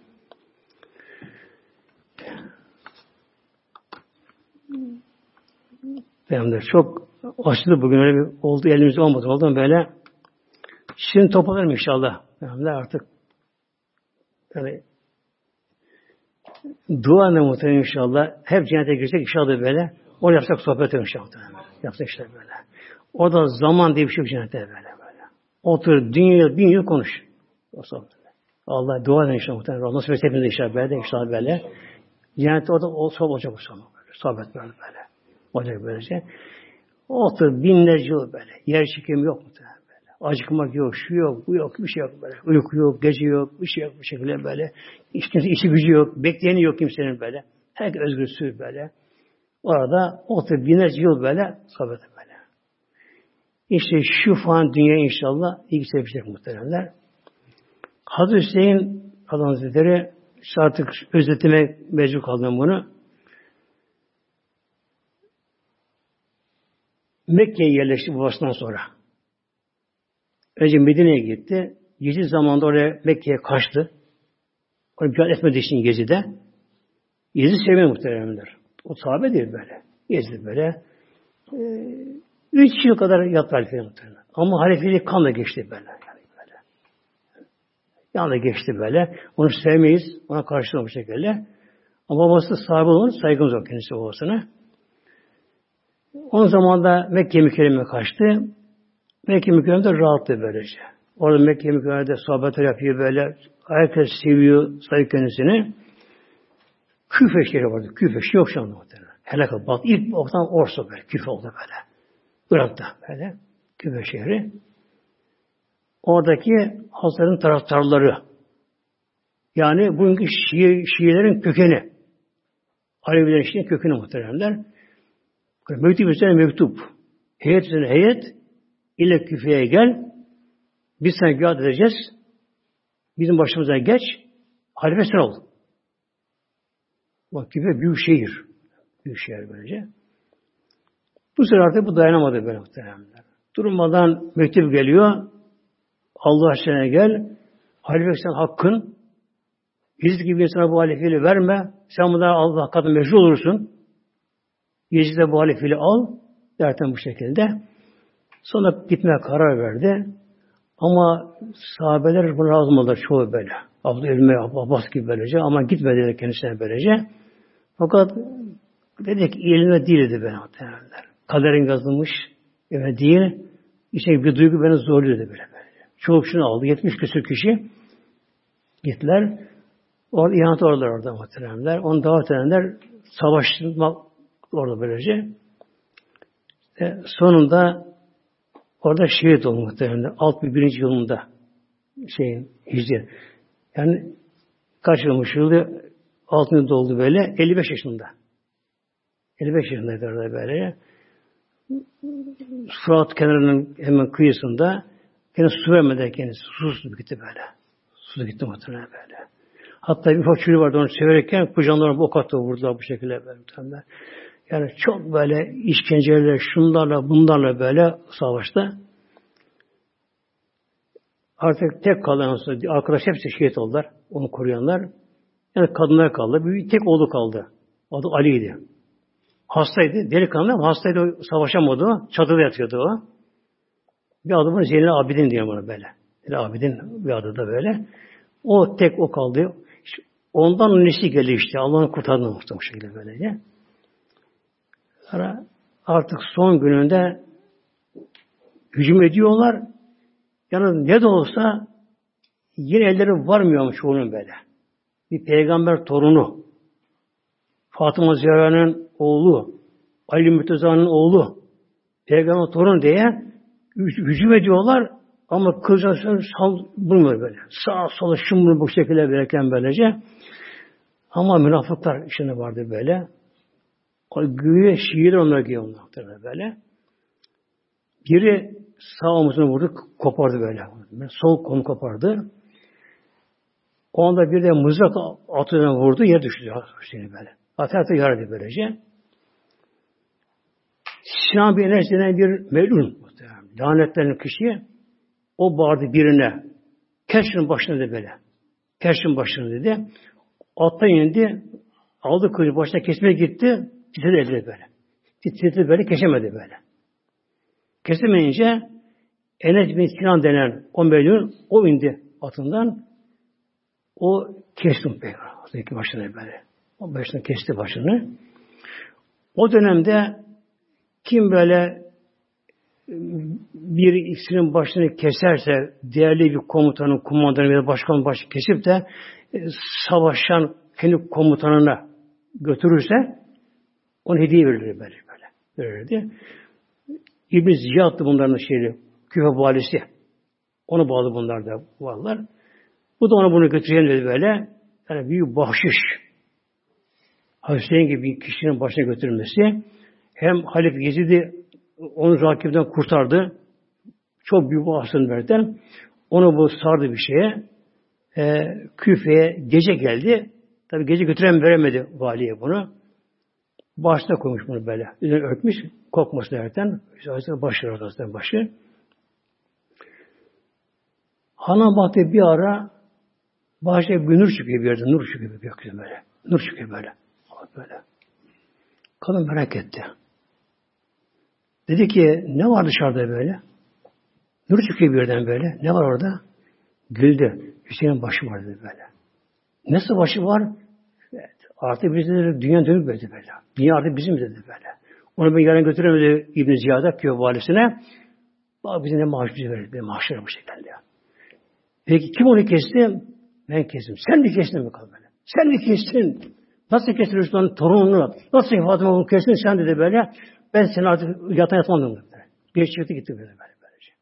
Benim de çok açıldı bugün öyle bir oldu elimizde olmadı oldu böyle. Şimdi toparlarım inşallah. Benim de artık yani dua ne muhtemelen inşallah. Hep cennete girecek inşallah böyle. O yapsak sohbet inşallah. Yapsak işte böyle. O da zaman diye bir şey cennete böyle böyle. Otur dünya bin yıl konuş. O sohbet. Allah dua edin inşallah muhtemelen. Nasıl mesela hepimiz inşallah böyle inşallah böyle. Cennette orada o sohbet olacak bu sohbet böyle böyle. Olacak böylece. Otur binlerce yıl böyle. Yer çekimi yok muhtemelen böyle. Acıkmak yok, şu yok, bu yok, bir şey yok böyle. Uyku yok, gece yok, bir şey yok bu şekilde böyle. Hiç kimse işi gücü yok, bekleyeni yok kimsenin böyle. Herkes özgür sür böyle. Orada otur binlerce yıl böyle sohbet böyle. İşte şu falan dünya inşallah ilgi sevecek muhtemelenler. Hazreti Hüseyin Allah Hazretleri işte artık özetime mecbur kaldım bunu. Mekke'ye yerleşti babasından sonra. Önce Medine'ye gitti. Gezi zamanında oraya Mekke'ye kaçtı. Oraya biat etmediği için Gezi'de. Gezi sevmiyor muhtemelenler. O sahabe değil böyle. Gezi böyle. Ee, üç yıl kadar yattı halifeliği muhtemelen. Ama halifeliği kanla geçti böyle. Yani böyle. Yanında geçti böyle. Onu sevmeyiz. Ona karşı olmuş şekilde. Ama babası sahibi olan saygımız yok kendisi babasına. O zaman da Mekke mükerreme kaçtı. Mekke mükerreme de rahattı böylece. Orada Mekke mükerremede sohbetler yapıyor böyle. Herkes seviyor, sayı kendisini. Küfe şehri vardı. Küfe şehri yok şu anda muhtemelen. Helak oldu. İlk oktan Orso böyle. Küfe oldu böyle. Irak'ta böyle. Küfe şehri. Oradaki Hazretlerin taraftarları. Yani bugünkü Şii, Şiilerin kökeni. Alevilerin Şii'nin kökeni muhteremler. Mektup üzerine mektup. Heyet üzerine heyet. İlle küfeye gel. Biz sana biat edeceğiz. Bizim başımıza geç. Halife sen ol. Bak küfe büyük şehir. Büyük şehir böylece. Bu sefer artık bu dayanamadı böyle muhteremler. Durmadan mektup geliyor. Allah aşkına gel. Halife sen hakkın. Yezid gibi insana bu halifeliği verme. Sen bundan Allah katında meşru olursun. Yezid'e bu halifeliği al. Derken bu şekilde. Sonra gitmeye karar verdi. Ama sahabeler buna razı olmadılar çoğu böyle. Abdü Elme, Abbas gibi böylece. Ama gitme dedi kendisine böylece. Fakat dedi ki elime değil dedi ben muhtemelenler. Kaderin yazılmış. Evet değil. İşte bir duygu beni zorluyor dedi böyle. böyle. Çoğu şunu aldı. yetmiş küsur kişi gittiler. Orada ihanet oradalar orada muhtemelenler. Onu davet edenler savaşmak orada böylece. İşte sonunda orada şehit oldu muhtemelen. altmış birinci yılında şey hicri. Yani kaç yılmış yılı altını doldu böyle. elli beş yaşında. elli beş yaşındaydı orada böyle. Fırat kenarının hemen kıyısında kendisi su vermeden kendisi susuz gitti böyle. Susuz gitti muhtemelen böyle. Hatta bir ufak çocuğu vardı onu severken kucağına ok attı vurdular bu şekilde böyle. Yani çok böyle işkencelerle, şunlarla, bunlarla böyle savaşta. Artık tek kalan arkadaş hepsi şehit oldular. Onu koruyanlar. Yani kadınlar kaldı. Bir tek oğlu kaldı. Adı Ali'ydi. Hastaydı. Delikanlı ama hastaydı. Savaşamadı o. Çatıda yatıyordu o. Bir adı bunu Zeynel Abidin diyor bana böyle. Zeynel Abidin bir adı da böyle. O tek o kaldı. Ondan nesli geldi işte. Allah'ın kurtardığını muhtemelen bu şekilde böylece. Sonra artık son gününde hücum ediyorlar. Yani ne de olsa yine elleri varmıyormuş onun böyle. Bir peygamber torunu. Fatıma Zehra'nın oğlu. Ali Mürteza'nın oğlu. Peygamber torunu diye hücum ediyorlar ama kılıçlar saldırmıyor böyle. Sağa sola şımır bu şekilde verirken böylece. Ama münafıklar içinde vardı böyle. O güye şiirler onlara giyiyor onlar böyle. Biri sağ omuzunu vurdu, kopardı böyle. Sol kolu kopardı. O anda bir de mızrak atına vurdu, yer düştü Hüseyin'i böyle. Atı atı yaradı böylece. Sinan bin Enes denen bir melun, lanetlenen kişi, o bağırdı birine. Kes şunun başına dedi böyle. Kes şunun başına dedi. Attan indi, aldı kılıcı başına kesmeye gitti, titredi elde böyle. Titredi böyle, kesemedi böyle. Kesemeyince Enes bin Sinan denen o melun, o indi atından, o kesti peygamber başını böyle. O başını kesti başını. O dönemde kim böyle bir ikisinin başını keserse, değerli bir komutanın, kumandanın ya da başkanın başını kesip de e, savaşan kendi komutanına götürürse ona hediye verilir böyle böyle. Verirdi. İbn Ziyad'dı bunların şeyi, Küfe valisi. Onu bağlı bunlar da varlar. Bu da ona bunu götüreceğim dedi böyle. Yani büyük bahşiş. Hüseyin gibi bir kişinin başına götürülmesi. Hem Halife Yezid'i onu rakibinden kurtardı. Çok büyük bahsını verdi. Onu bu sardı bir şeye. E, Küfe'ye gece geldi. Tabi gece götüren veremedi valiye bunu. Başına koymuş bunu böyle. Üzerine örtmüş. Korkmasın derken. Başı ortasından başı. Hanım baktı bir ara bahçeye bir nur çıkıyor bir yerde. Nur çıkıyor bir gökyüzü böyle. Nur çıkıyor böyle. Böyle. Kadın merak etti. Dedi ki ne var dışarıda böyle? Nur çıkıyor bir yerden böyle. Ne var orada? Güldü. Hüseyin'in başı var dedi böyle. Nasıl başı var? Evet. Artık biz de dünya dönüp böyle böyle. Dünya artık bizim dedi böyle. Onu ben yarın götüremedi İbn Ziyad'a köy valisine. Bak bize ne maaş bize verir. Maaşları bu şekilde. Peki kim onu kesti? Ben kestim. Sen mi kestin mi kalın böyle? Sen mi kestin? Nasıl kestin Rüstem'in torununu? Nasıl Fatıma onu kestin sen dedi böyle. Ben seni artık yatağa yatmam dedi. Bir çıktı gitti böyle böyle. Böylece.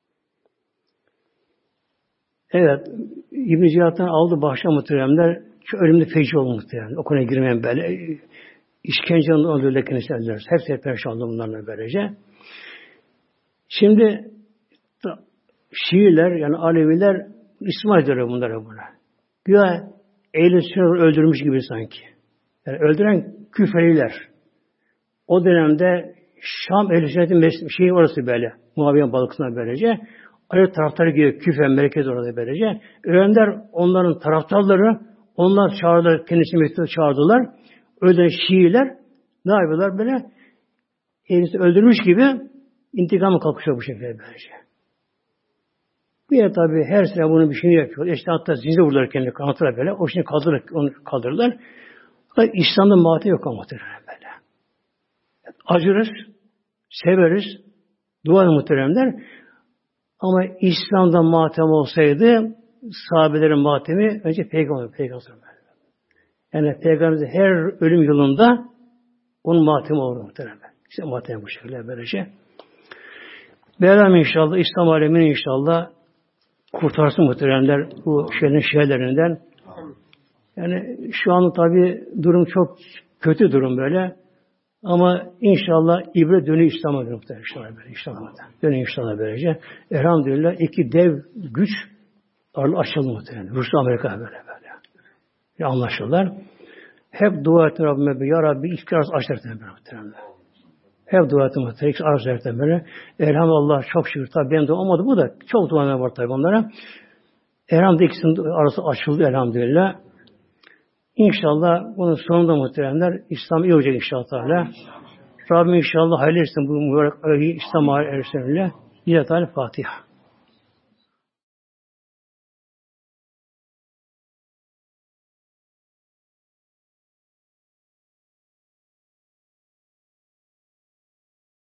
Evet. İbn Ziyad'dan aldı bahşişi muhteremler. Şu ölümde feci oldu muhteremler. O konuya girmeyen böyle. İşkence alıyorlar kendisi eder. Hepsi perişan oldu bunlarla böylece. Şimdi Şiiler yani Aleviler İsmail diyor bunlara buna. Güya Ehl-i Sünnet öldürmüş gibi sanki. Yani öldüren küfeliler. O dönemde Şam Ehl-i Sünnet'in şeyi orası böyle. Muaviye balıkçısına böylece. Ayrı taraftarı gidiyor. Küfe, merkez orada böylece. Ölenler onların taraftarları, onlar çağırdılar, kendisini mektube çağırdılar. Ölen Şiiler ne yapıyorlar böyle? Kendisini öldürmüş gibi intikamı kalkışıyor bu şekilde böylece. Bir de tabi her sene bunun bir şeyini yapıyor. İşte hatta zincir vurdular kendini kanatlara böyle. O şimdi kaldırır, onu kaldırırlar. Fakat İslam'da matem yok ama böyle. Acırız, severiz, dua muhteremler. Ama İslam'da matem olsaydı sahabelerin matemi önce peygamber peygamber. Yani peygamberimizin her ölüm yılında onun matemi olur muhteremler. İşte matem bu şekilde böylece. Mevlam inşallah İslam alemini inşallah kurtarsın muhteremler bu şeylerin şeylerinden. Yani şu an tabi durum çok kötü durum böyle. Ama inşallah ibre dönüyor İslam'a dönüyor inşallah böyle inşallah. Dönüyor inşallah böylece. Elhamdülillah iki dev güç açıldı muhtemelen. Rusya Amerika böyle böyle. Ya anlaşılırlar. Hep dua ettim Rabbime. Ya Rabbi ilk arası açtırdım muhtemelen. Hep dua ettim muhtemelen. İlk arası açtırdım böyle. Elhamdülillah çok şükür. Tabi benim de olmadı bu da. Çok dualar var tabi onlara. Elhamdülillah ikisinin arası açıldı elhamdülillah. İnşallah bunun sonunda muhteremler İslam iyi olacak inşallah Teala. Rabbim inşallah hayırlı etsin bu mübarek İslam ailesiyle. Fatiha.